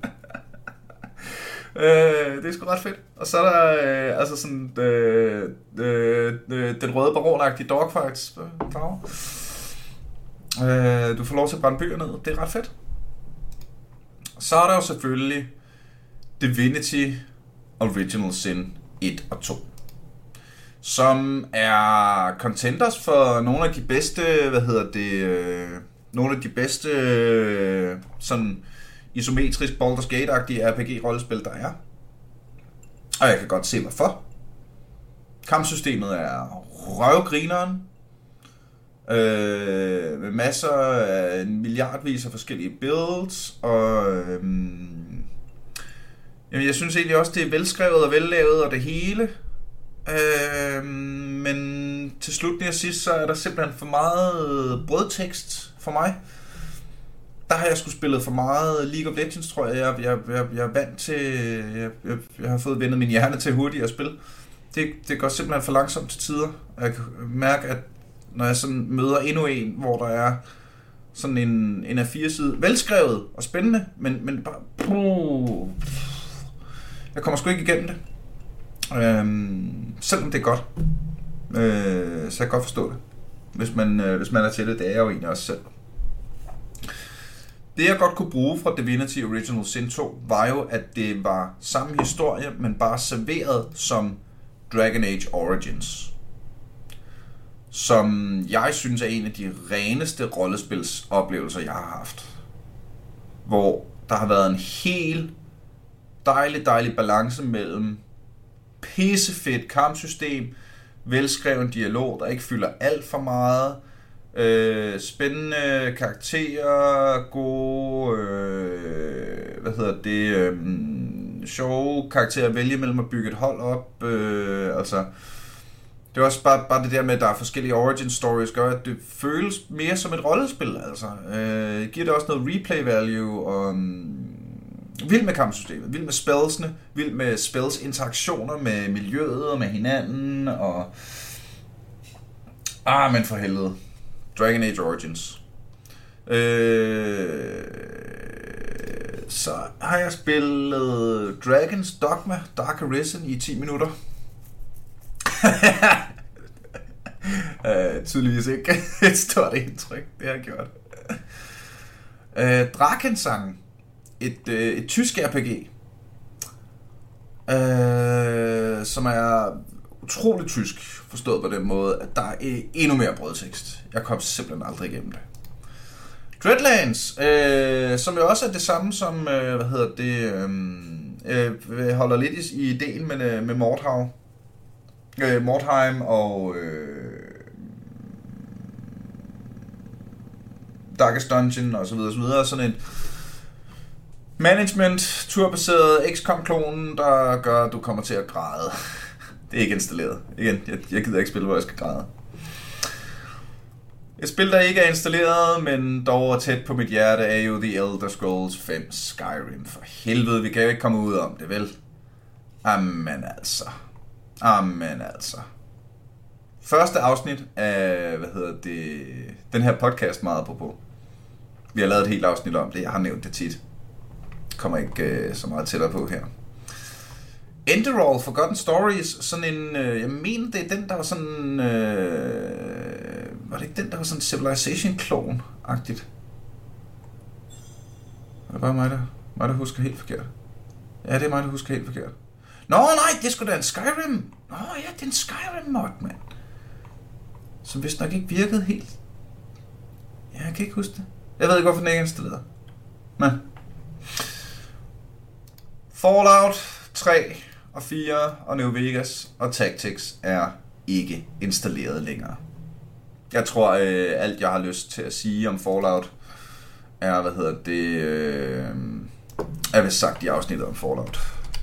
øh, det er sgu ret fedt. Og så er der øh, altså sådan øh, øh, øh, den røde baron-agtige dogfights. Drage. Øh, du får lov til at brænde bøger ned. Det er ret fedt. Så er der jo selvfølgelig Divinity Original Sin et og to, som er contenders for nogle af de bedste, hvad hedder det, øh, nogle af de bedste øh, sådan isometrisk Baldur's Gate-agtige R P G-rollespil, der er. Og jeg kan godt se hvorfor. Kampsystemet er røvgrineren. Øh, med masser af en milliardvis af forskellige builds, og øh, jamen, jeg synes egentlig også, det er velskrevet og vellavet og det hele. Øh, men til slutning og sidst, så er der simpelthen for meget brødtekst for mig. Der har jeg sgu spillet for meget League of Legends, tror jeg. Jeg, jeg, jeg, jeg er vant til... Jeg, jeg, jeg har fået vendet min hjerne til hurtigt at spille. Det, det går simpelthen for langsomt til tider. Jeg kan mærke, at når jeg sådan møder endnu en, hvor der er sådan en, en A fire side, velskrevet og spændende, men, men bare... Puh, jeg kommer sgu ikke igennem det. Øhm, selvom det er godt. Øh, så jeg kan godt forstå det. Hvis man, øh, hvis man er til det, det er jeg jo egentlig også selv. Det jeg godt kunne bruge fra Divinity Original Sin to, var jo, at det var samme historie, men bare serveret som Dragon Age Origins. Som jeg synes er en af de reneste rollespilsoplevelser, jeg har haft. Hvor der har været en helt dejlig, dejlig balance mellem pissefedt kampsystem, velskreven dialog, der ikke fylder alt for meget, øh, spændende karakterer, gode, øh, hvad hedder det, øh, sjove karakterer at vælge mellem at bygge et hold op, øh, altså, det er også bare, bare det der med, at der er forskellige origin stories, gør, at det føles mere som et rollespil, altså, øh, giver det også noget replay value, og um, vild med kampsystemet, vild med spellsene, vild med spells interaktioner med miljøet og med hinanden, og ah, men for helvede, Dragon Age Origins. Øh, så har jeg spillet Dragon's Dogma Dark Arisen i ti minutter. øh, tydeligvis ikke et stort indtryk, det har jeg gjort. øh, Drakensang, et, øh, et tysk R P G, øh, som er utroligt tysk, forstået på den måde, at der er endnu mere brødtekst. Jeg kom simpelthen aldrig igennem det. Dreadlands, øh, som jo også er det samme som, øh, hvad hedder det, øh, øh, holder lidt i, i ideen med, med Mordhav. Øh, Mordheim og øh, Darkest Dungeon og så videre, så videre. Sådan en management, turbaseret X COM-klonen, der gør, at du kommer til at græde. Det er ikke installeret. Igen, jeg, jeg gider ikke spille, hvor jeg skal græde. Et spil, der ikke er installeret, men dog tæt på mit hjerte, er jo The Elder Scrolls fem Skyrim. For helvede, vi kan jo ikke komme ud om det, vel? Amen altså. Amen altså. Første afsnit af, hvad hedder det, den her podcast meget apropos. Vi har lavet et helt afsnit om det, jeg har nævnt det tit. Kommer ikke øh, så meget tættere på her. Enderal, Forgotten Stories, sådan en, øh, jeg mener det er den, der var sådan, øh, var det ikke den, der var sådan Civilization-klon-agtigt? Er det bare mig, der, mig, der husker helt forkert? Ja, det er mig, der husker helt forkert. Nå, nej, det skulle da en Skyrim. Nå, ja, det er en Skyrim-mod, mand. Som vist nok ikke virkede helt. Ja, jeg kan ikke huske det. Jeg ved ikke, hvorfor den ikke er installeret. Men. Fallout tre og fire og New Vegas og Tactics er ikke installeret længere. Jeg tror, øh, alt jeg har lyst til at sige om Fallout er, hvad hedder det, øh, er vist sagt i afsnittet om Fallout.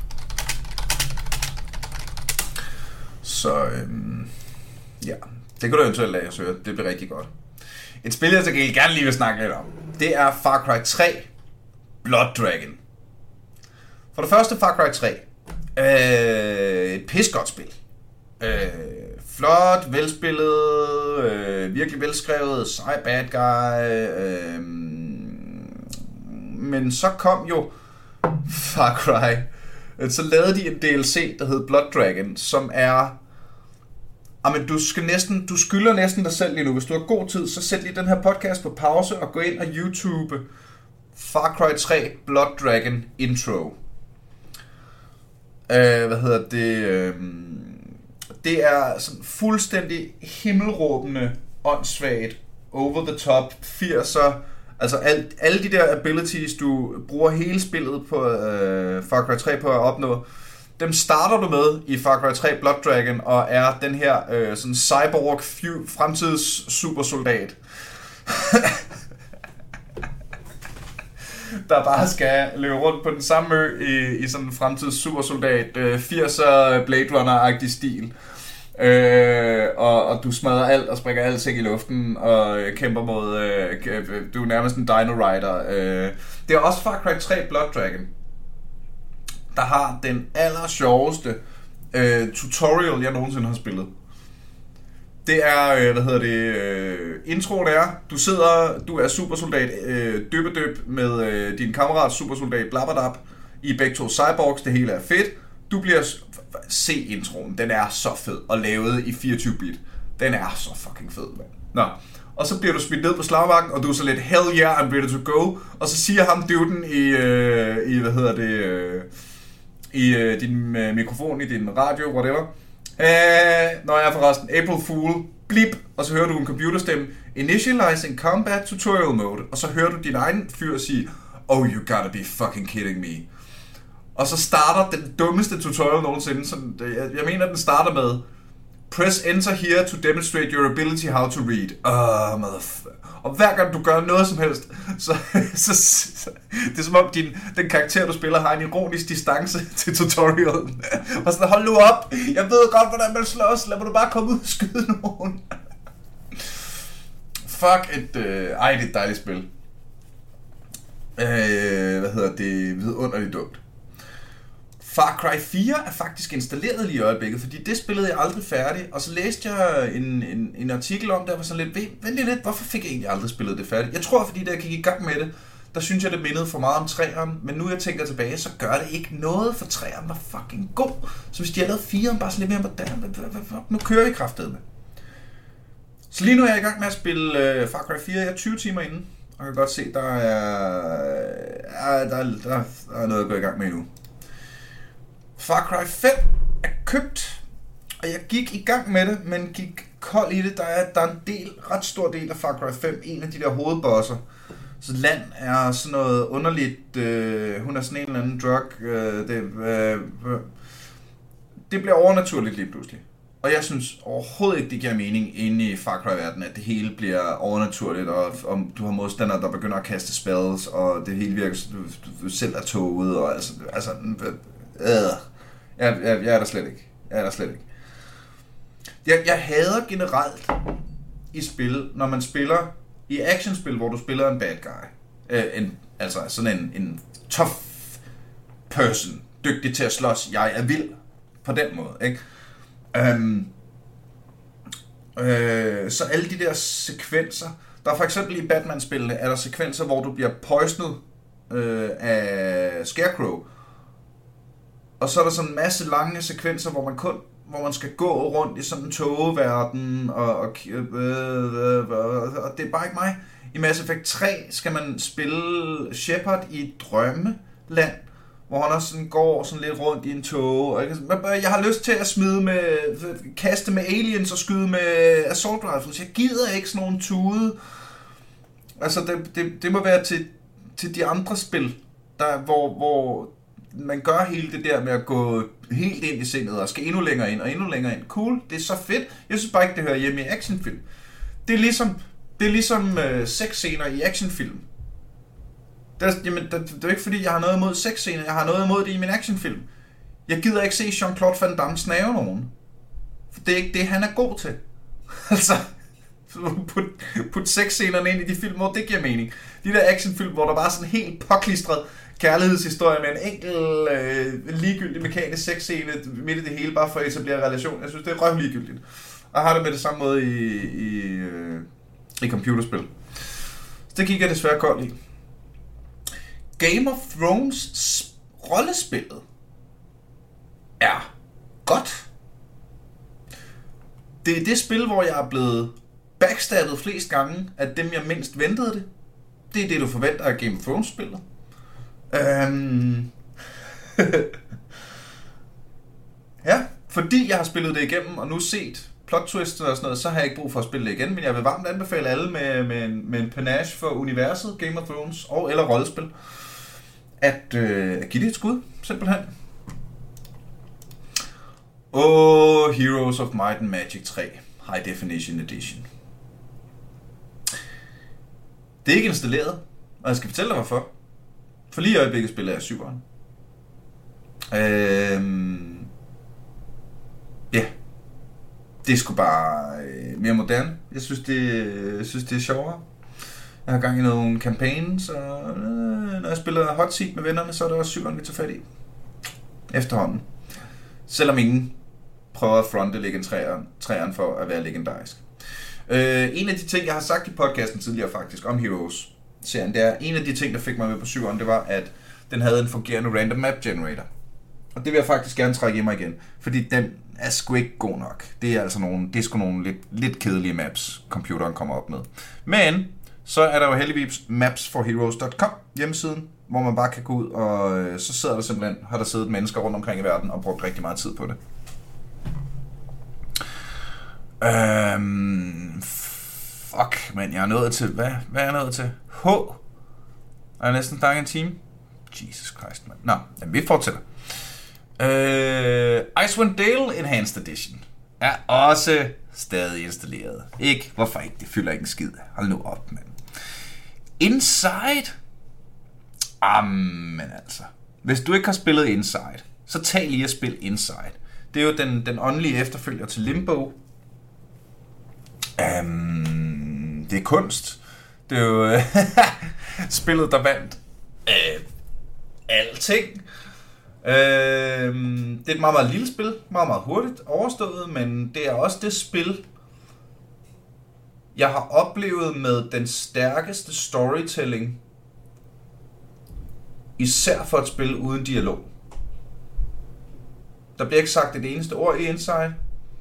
Så, øh, ja, det kan du eventuelt lade jer søge. Det bliver rigtig godt. Et spil, jeg så gerne lige vil snakke lidt om, det er Far Cry tre Blood Dragon. For det første, Far Cry tre. Øh, et pissegodt spil. Øh, flot, velspillet, øh, virkelig velskrevet, sej bad guy. Øh, men så kom jo Far Cry. Så lavede de en D L C, der hed Blood Dragon, som er... Jamen, du skal næsten, du skylder næsten dig selv lige nu. Hvis du har god tid, så sæt lige den her podcast på pause og gå ind og YouTube Far Cry tre Blood Dragon intro. Uh, hvad hedder det? Uh, det er sådan fuldstændig himmelråbende, åndssvagt, over the top, firser. Altså alt, alle de der abilities, du bruger hele spillet på uh, Far Cry tre på at opnå, dem starter du med i Far Cry tre Blood Dragon, og er den her uh, sådan cyborg fremtids supersoldat. Der bare skal løbe rundt på den samme ø i, i sådan en fremtids supersoldat, øh, firser Blade Runner-agtig stil. Øh, og, og du smadrer alt og springer alting i luften og øh, kæmper mod, øh, du er nærmest en Dino Rider. Øh. Det er også Far Cry tre Blood Dragon, der har den aller sjoveste øh, tutorial, jeg nogensinde har spillet. Det er, hvad hedder det, øh, introen er, du sidder, du er supersoldat, øh, døbedøb med øh, din kammerat supersoldat Blabberdab, I er begge to cyborgs, det hele er fedt. Du bliver, se introen, den er så fed, og lavet i fireogtyve bit. Den er så fucking fed, mand. Nå, og så bliver du smidt ned på slagmarken, og du er så lidt, hell yeah, I'm ready to go. Og så siger ham døden i, øh, i, hvad hedder det, øh, i øh, din øh, mikrofon, i din radio, whatever. Uh, når jeg er forresten April Fool, blip, og så hører du en computerstemme, initializing combat tutorial mode, og så hører du din egen fyr sige, oh, you gotta be fucking kidding me. Og så starter den dummeste tutorial nogensinde, som, jeg, jeg mener, den starter med, press enter here to demonstrate your ability how to read. Uh, motherfucker. Og hver gang du gør noget som helst, så, så, så det er som om din, den karakter, du spiller, har en ironisk distance til tutorialen. Og sådan, hold nu op, jeg ved godt, hvordan man slås, lad mig du bare komme ud og skyde nogen. Fuck et, øh, ej, det er et dejligt spil. Øh, hvad hedder det, vidunderligt dumt. Far Cry fire er faktisk installeret lige i øjeblikket, fordi det spillede jeg aldrig færdigt, og så læste jeg en, en, en artikel om, der var sådan lidt, vent lidt, hvorfor fik jeg egentlig aldrig spillet det færdigt? Jeg tror, fordi da jeg gik i gang med det, der synes jeg, det mindede for meget om treeren, men nu jeg tænker tilbage, så gør det ikke noget, for treeren var fucking god. Så hvis de havde lavet fireren bare sådan lidt mere moderne, nu kører vi kraftedeme. Så lige nu er jeg i gang med at spille uh, Far Cry fire, jeg er tyve timer inden, og jeg kan godt se, der er, ja, der, er, der, der er noget at gå i gang med nu. Far Cry fem er købt, og jeg gik i gang med det, men gik kold i det. Der er, der er en del, ret stor del af Far Cry fem, en af de der hovedbosser. Så Land er sådan noget underligt, øh, hun er sådan en eller anden drug, øh, det, øh, det bliver overnaturligt lige pludselig. Og jeg synes overhovedet ikke, det giver mening inde i Far Cry-verdenen, at det hele bliver overnaturligt, og, og du har modstandere, der begynder at kaste spells, og det hele virker, du, du selv er toget, og altså, altså øh, jeg, jeg, jeg er der slet ikke. Jeg er der slet ikke. Jeg, jeg hader generelt i spil, når man spiller i actionspil, hvor du spiller en bad guy. Øh, en, altså sådan en, en tough person, dygtig til at slås, jeg er vild, på den måde, ikke? Um, Øh, så alle de der sekvenser, der er for eksempel i Batman-spillene, er der sekvenser, hvor du bliver poisoned øh, af Scarecrow. Og så er der sådan en masse lange sekvenser, hvor man kun hvor man skal gå rundt i sådan en tågeverden, og, og, øh, øh, og det er bare ikke mig. I Mass Effect tre skal man spille Shepard i et drømmeland, hvor han også sådan går sådan lidt rundt i en tåge. Og jeg har lyst til at smide med, kaste med aliens og skyde med assault rifles. Jeg gider ikke sådan nogle tude. Altså, det, det, det må være til, til de andre spil, der, hvor, hvor man gør hele det der med at gå helt ind i sindet og skal endnu længere ind og endnu længere ind. Cool, det er så fedt. Jeg synes bare ikke, det hører hjemme i actionfilm. Det er ligesom, det er ligesom øh, sexscener i actionfilm. Det er, jamen, det, det er ikke fordi, jeg har noget imod sexscener. Jeg har noget imod det i min actionfilm. Jeg gider ikke se Jean-Claude Van Damme snave nogen. For det er ikke det, han er god til. Altså, put, put sexscenerne ind i de film, hvor det giver mening. De der actionfilm, hvor der bare er sådan helt påklistret kærlighedshistorie med en enkelt øh, ligegyldig mekanisk sexscene midt i det hele, bare for at etablere relation. Jeg synes, det er røv ligegyldigt. Og jeg har det med det samme måde i, i, øh, i computerspil. Så det gik jeg desværre koldt i. Game of Thrones rollespillet er godt. Det er det spil, hvor jeg er blevet backstabbet flest gange af dem, jeg mindst ventede det. Det er det, du forventer af Game of Thrones-spillet. Øhm... ja, fordi jeg har spillet det igennem, og nu set plot twists og sådan noget, så har jeg ikke brug for at spille det igen, men jeg vil varmt anbefale alle med, med, en, med en panache for universet, Game of Thrones og eller rollespil, at, øh, at give det et skud, simpelthen. Og oh, Heroes of Might and Magic tre High Definition Edition. Det er ikke installeret, og jeg skal fortælle dig hvorfor. For lige i øjeblikket spiller jeg syveren. Øhm, ja, yeah. Det er sgu bare øh, mere moderne. Jeg synes, det, jeg synes, det er sjovere. Jeg har gang i nogle campaigns, og øh, når jeg spiller hot seat med vennerne, så er det også syveren, vi tager fat i. Efterhånden. Selvom ingen prøver at fronte Legend treeren for at være legendarisk. Øh, en af de ting, jeg har sagt i podcasten tidligere faktisk, om Heroes-serien, det er, en af de ting, der fik mig med på syveren, det var, at den havde en fungerende random map generator. Og det vil jeg faktisk gerne trække i mig igen, fordi den er sgu ikke god nok. Det er altså nogle, det er sgu nogle lidt, lidt kedelige maps, computeren kommer op med. Men så er der jo heldigvis maps for heroes punktum com hjemmesiden, hvor man bare kan gå ud, og så sidder der simpelthen, har der siddet mennesker rundt omkring i verden og brugt rigtig meget tid på det. Øhm, fuck, men jeg er nået til, hvad, hvad er jeg nået til? H. Er jeg næsten snakket en time? Jesus Christ, mand. Nå, jamen, vi fortsætter. Øh, Icewind Dale Enhanced Edition er også stadig installeret. Ikke? Hvorfor ikke? Det fylder ikke en skid. Hold nu op, mand. Inside? Jamen altså. Hvis du ikke har spillet Inside, så tag lige at spille Inside. Det er jo den, den åndelige efterfølger til Limbo. Um, det er kunst. Det er jo spillet, der vandt uh, alting. Uh, det er et meget, meget lille spil. Meget, meget hurtigt overstået. Men det er også det spil, jeg har oplevet med den stærkeste storytelling. Især for et spil uden dialog. Der bliver ikke sagt et eneste ord i Inside.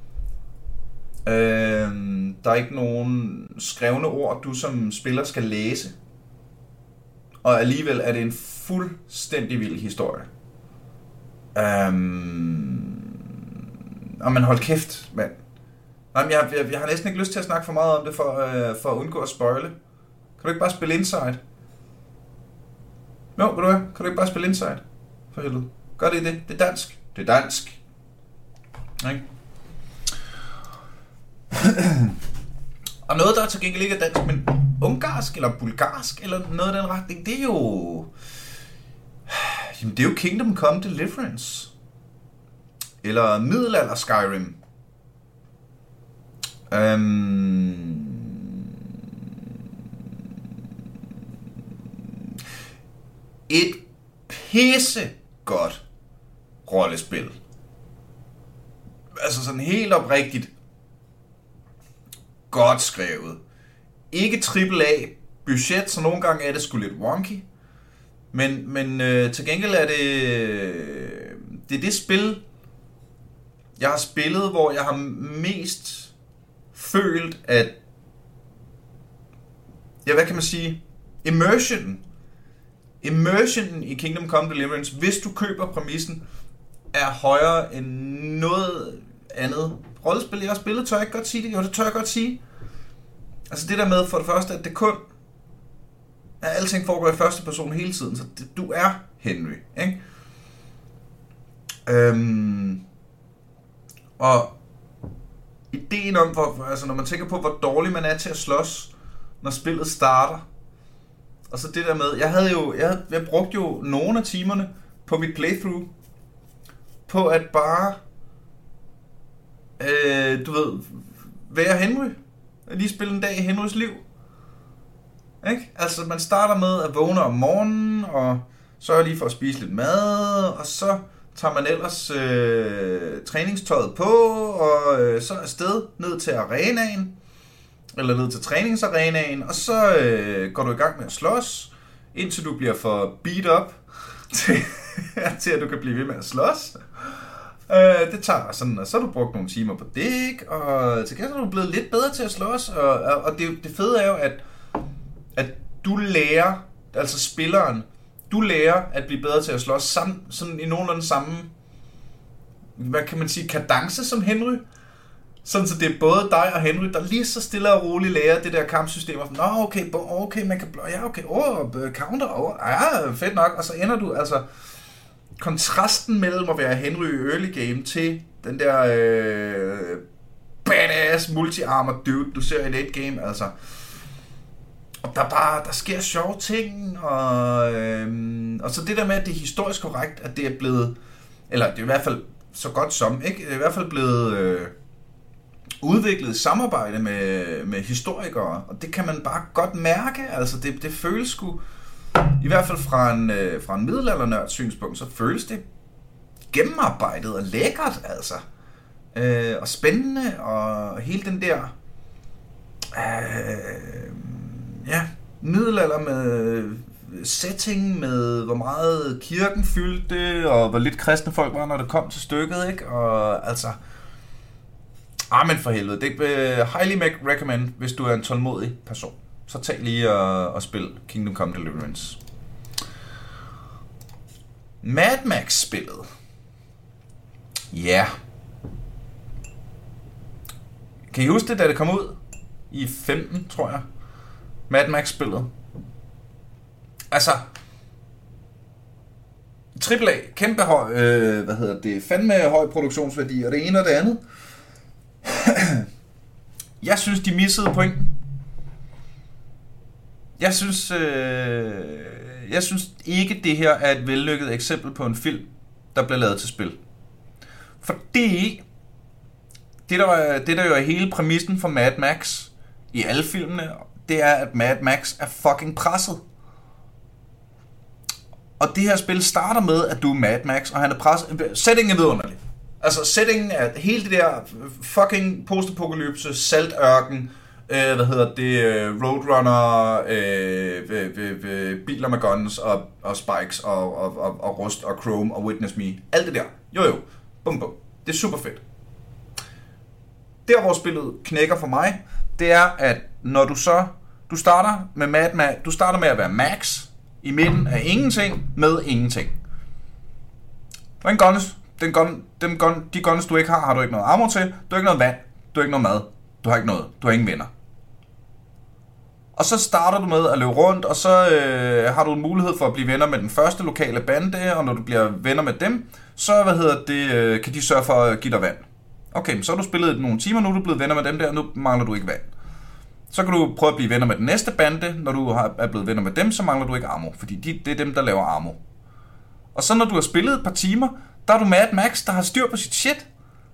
Øh, der er ikke nogen skrevne ord, du som spiller skal læse. Og alligevel er det en fuldstændig vild historie. Øh, og man hold kæft, mand. Nej, men jeg, jeg, jeg har næsten ikke lyst til at snakke for meget om det, for, øh, for at undgå at spoile. Kan du ikke bare spille Inside? Jo, ved du hvad? Kan du ikke bare spille Inside? For helvede. Gør det det. Det er dansk. Det er dansk. Ikke? Og noget, der er til gengæld ikke er dansk, men ungarsk eller bulgarsk, eller noget af den retning, det er jo... Jamen, det er jo Kingdom Come Deliverance. Eller middelalder Skyrim. Um... Et pisse godt rollespil. Altså sådan helt oprigtigt. godt skrevet. Ikke triple A budget, så nogle gange er det sgu lidt wonky. Men, men øh, til gengæld er det, det er det spil, jeg har spillet, hvor jeg har mest følt, at, ja, hvad kan man sige, immersion, immersion i Kingdom Come Deliverance, hvis du køber præmissen, er højere end noget andet rollespil, jeg har spillet. Tør jeg ikke godt sige det? Jo, det tør jeg godt sige. Altså det der med, for det første, at det kun, at alting foregår i første person hele tiden, så det, du er Henry, ikke? Øhm, og ideen om, hvor, altså når man tænker på, hvor dårlig man er til at slås, når spillet starter, og så det der med, jeg havde jo, jeg, havde, jeg brugte jo nogle af timerne på mit playthrough, på at bare, øh, du ved, være Henry. Lige spille en dag i Henrys liv. Ikke? Altså, man starter med at vågne om morgenen, og sørger lige for at spise lidt mad, og så tager man ellers øh, træningstøjet på, og øh, så afsted ned til arenaen, eller ned til træningsarenaen, og så øh, går du i gang med at slås, indtil du bliver for beat up, til, til at du kan blive ved med at slås. Uh, det tager sådan, og så har du brugt nogle timer på det, ikke? Og til gengæld er du blevet lidt bedre til at slås, og, og, og det, det fede er jo, at, at du lærer, altså spilleren, du lærer at blive bedre til at slås sammen, sådan i nogenlunde samme, hvad kan man sige, kadence som Henry. Sådan så det er både dig og Henry, der lige så stille og roligt lærer det der kampsystem. Nå, okay, okay, man kan, ja, okay, oh, counter, oh, ja, fedt nok, og så ender du, altså, kontrasten mellem at være Henry i early game til den der øh, badass multi-armor dude, du ser i late game, altså. Og der bare, der sker sjove ting, og, øh, og så det der med, at det er historisk korrekt, at det er blevet, eller det er i hvert fald så godt som, ikke? Det er i hvert fald blevet øh, udviklet samarbejde med, med historikere, og det kan man bare godt mærke, altså det, det føles sgu, i hvert fald fra en, øh, fra en middelaldernørds synspunkt, så føles det gennemarbejdet og lækkert, altså. Øh, og spændende, og hele den der, øh, ja, middelalder med setting, med hvor meget kirken fyldte, og hvor lidt kristne folk var, når det kom til stykket, ikke? Og altså, ah, men for helvede, det er highly recommend, hvis du er en tålmodig person. Så tag lige og, og spil Kingdom Come Deliverance. Mad Max-spillet. Ja. Yeah. Kan I huske det, da det kom ud? I femten, tror jeg. Mad Max-spillet. Altså, triple A, kæmpe høj, øh, hvad hedder det, fandme høj produktionsværdi, og det ene og det andet. Jeg synes, de missede pointen. Jeg synes, øh, jeg synes ikke, det her er et vellykket eksempel på en film, der bliver lavet til spil. Fordi det der, var, det der jo er hele præmissen for Mad Max i alle filmene, det er, at Mad Max er fucking presset. Og det her spil starter med, at du er Mad Max, og han er presset. Settingen er vidunderlig. Altså, settingen er hele det der fucking postapokalypse, saltørken, øh, hvad hedder det, Roadrunner, øh, øh, øh, biler med guns, og, og spikes, og, og, og, og rust, og chrome, og witness me. Alt det der. Jo jo. Bum bum. Det er super fedt. Der, hvor spillet knækker for mig, det er, at når du så, du starter med, Mad Max, du starter med at være Max, i midten af ingenting, med ingenting. Der er en guns, den gun, den gun, de guns, du ikke har, har du ikke noget ammo til, du har ikke noget vand, du har ikke noget mad, du har ikke noget, du har ingen venner. Og så starter du med at løbe rundt, og så øh, har du en mulighed for at blive venner med den første lokale bande, og når du bliver venner med dem, så hvad hedder det, øh, kan de sørge for at give dig vand. Okay, så har du spillet nogle timer, nu er du blevet venner med dem der, nu mangler du ikke vand. Så kan du prøve at blive venner med den næste bande, når du har, er blevet venner med dem, så mangler du ikke ammo, fordi de, det er dem, der laver ammo. Og så når du har spillet et par timer, der er du Mad Max, der har styr på sit shit.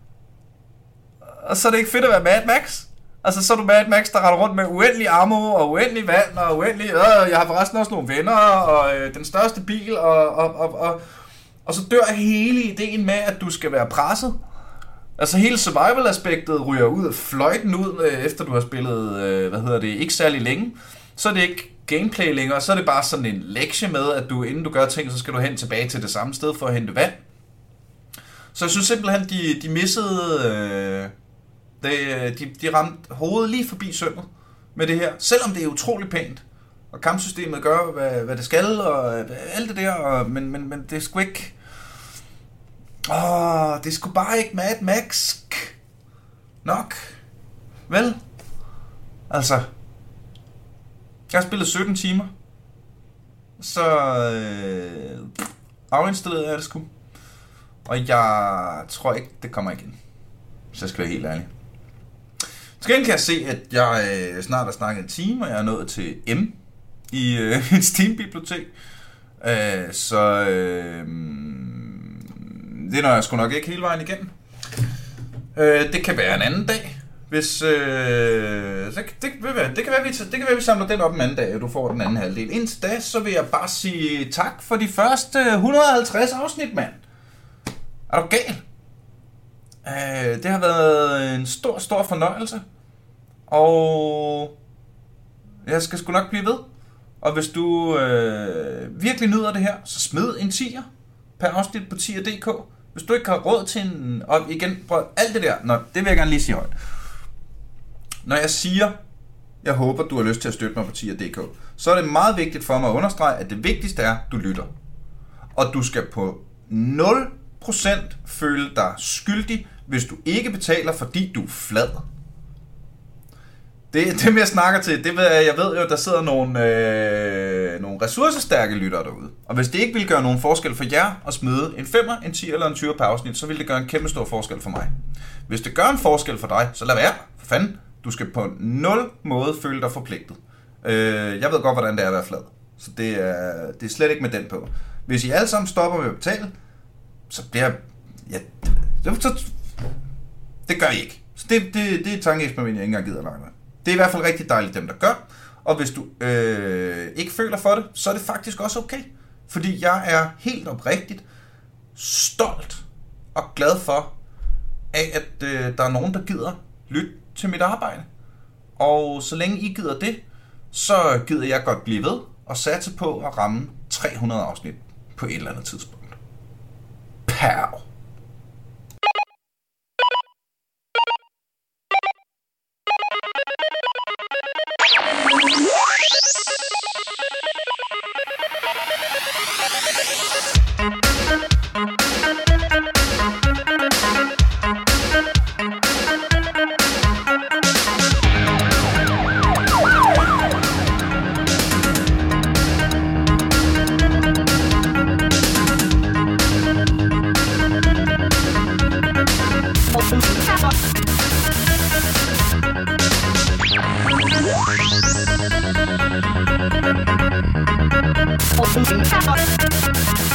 Og så er det ikke fedt at være Mad Max. Altså, så er du Mad Max, der render rundt med uendelig ammo, og uendelig vand, og uendelig... Øh, jeg har forresten også nogle venner, og øh, den største bil, og, og, og, og, og så dør hele ideen med, at du skal være presset. Altså hele survival-aspektet ryger ud af fløjten ud, øh, efter du har spillet, øh, hvad hedder det, ikke særlig længe. Så er det ikke gameplay længere, så er det bare sådan en lektie med, at du inden du gør ting, så skal du hen tilbage til det samme sted for at hente vand. Så jeg synes simpelthen, de, de missede, øh, de, de, de ramte hovedet lige forbi sømmet med det her. Selvom det er utroligt pænt, og kampsystemet gør, hvad, hvad det skal, og alt det der, og, men, men, men det er sgu ikke... Åh, det er sgu bare ikke Mad Max nok. Vel? Altså, jeg har spillet sytten timer, så øh, afindstillet er det sgu. Og jeg tror ikke, det kommer igen, så jeg skal være helt ærlig. Til gengæld kan jeg se, at jeg øh, snart har snakket en time, og jeg er nået til M i øh, et Steam-bibliotek. Øh, så øh, det når jeg sgu nok ikke hele vejen igennem. Øh, det kan være en anden dag. Hvis, øh, det, det, vil være, det, kan være, vi, det kan være, vi samler den op en anden dag, og du får den anden halvdel. Indtil da, så vil jeg bare sige tak for de første et hundrede og halvtreds afsnit, mand. Er du gal? Øh, det har været en stor, stor fornøjelse. Og jeg skal sgu nok blive ved. Og hvis du øh, virkelig nyder det her, så smid en tier per afsnit på tier punktum d k. Hvis du ikke har råd til en... Og igen, prøv alt det der. Nå, det vil jeg gerne lige sige højt. Når jeg siger, jeg håber, du har lyst til at støtte mig på tier punktum d k, så er det meget vigtigt for mig at understrege, at det vigtigste er, at du lytter. Og du skal på nul procent føle dig skyldig, hvis du ikke betaler, fordi du er flad. Det, det jeg snakker til, det ved jeg, jeg ved jo, der sidder nogle, øh, nogle ressourcestærke lyttere derude. Og hvis det ikke vil gøre nogen forskel for jer at smide en femmer, en ti eller en tyve per afsnit, så vil det gøre en kæmpe stor forskel for mig. Hvis det gør en forskel for dig, så lad være. For fanden, du skal på nul måde føle dig forpligtet. Øh, jeg ved godt, hvordan det er at være flad. Så det er, det er slet ikke med den på. Hvis I alle sammen stopper med at betale, så bliver ja, det, så, det gør I ikke. Så det, det, det er et tankeeksperiment, jeg ikke engang gider lege med. Det er i hvert fald rigtig dejligt, dem der gør. Og hvis du øh, ikke føler for det, så er det faktisk også okay. Fordi jeg er helt oprigtigt stolt og glad for, af at øh, der er nogen, der gider lytte til mit arbejde. Og så længe I gider det, så gider jeg godt blive ved og satse på at ramme tre hundrede afsnit på et eller andet tidspunkt. Pow!
Thank you.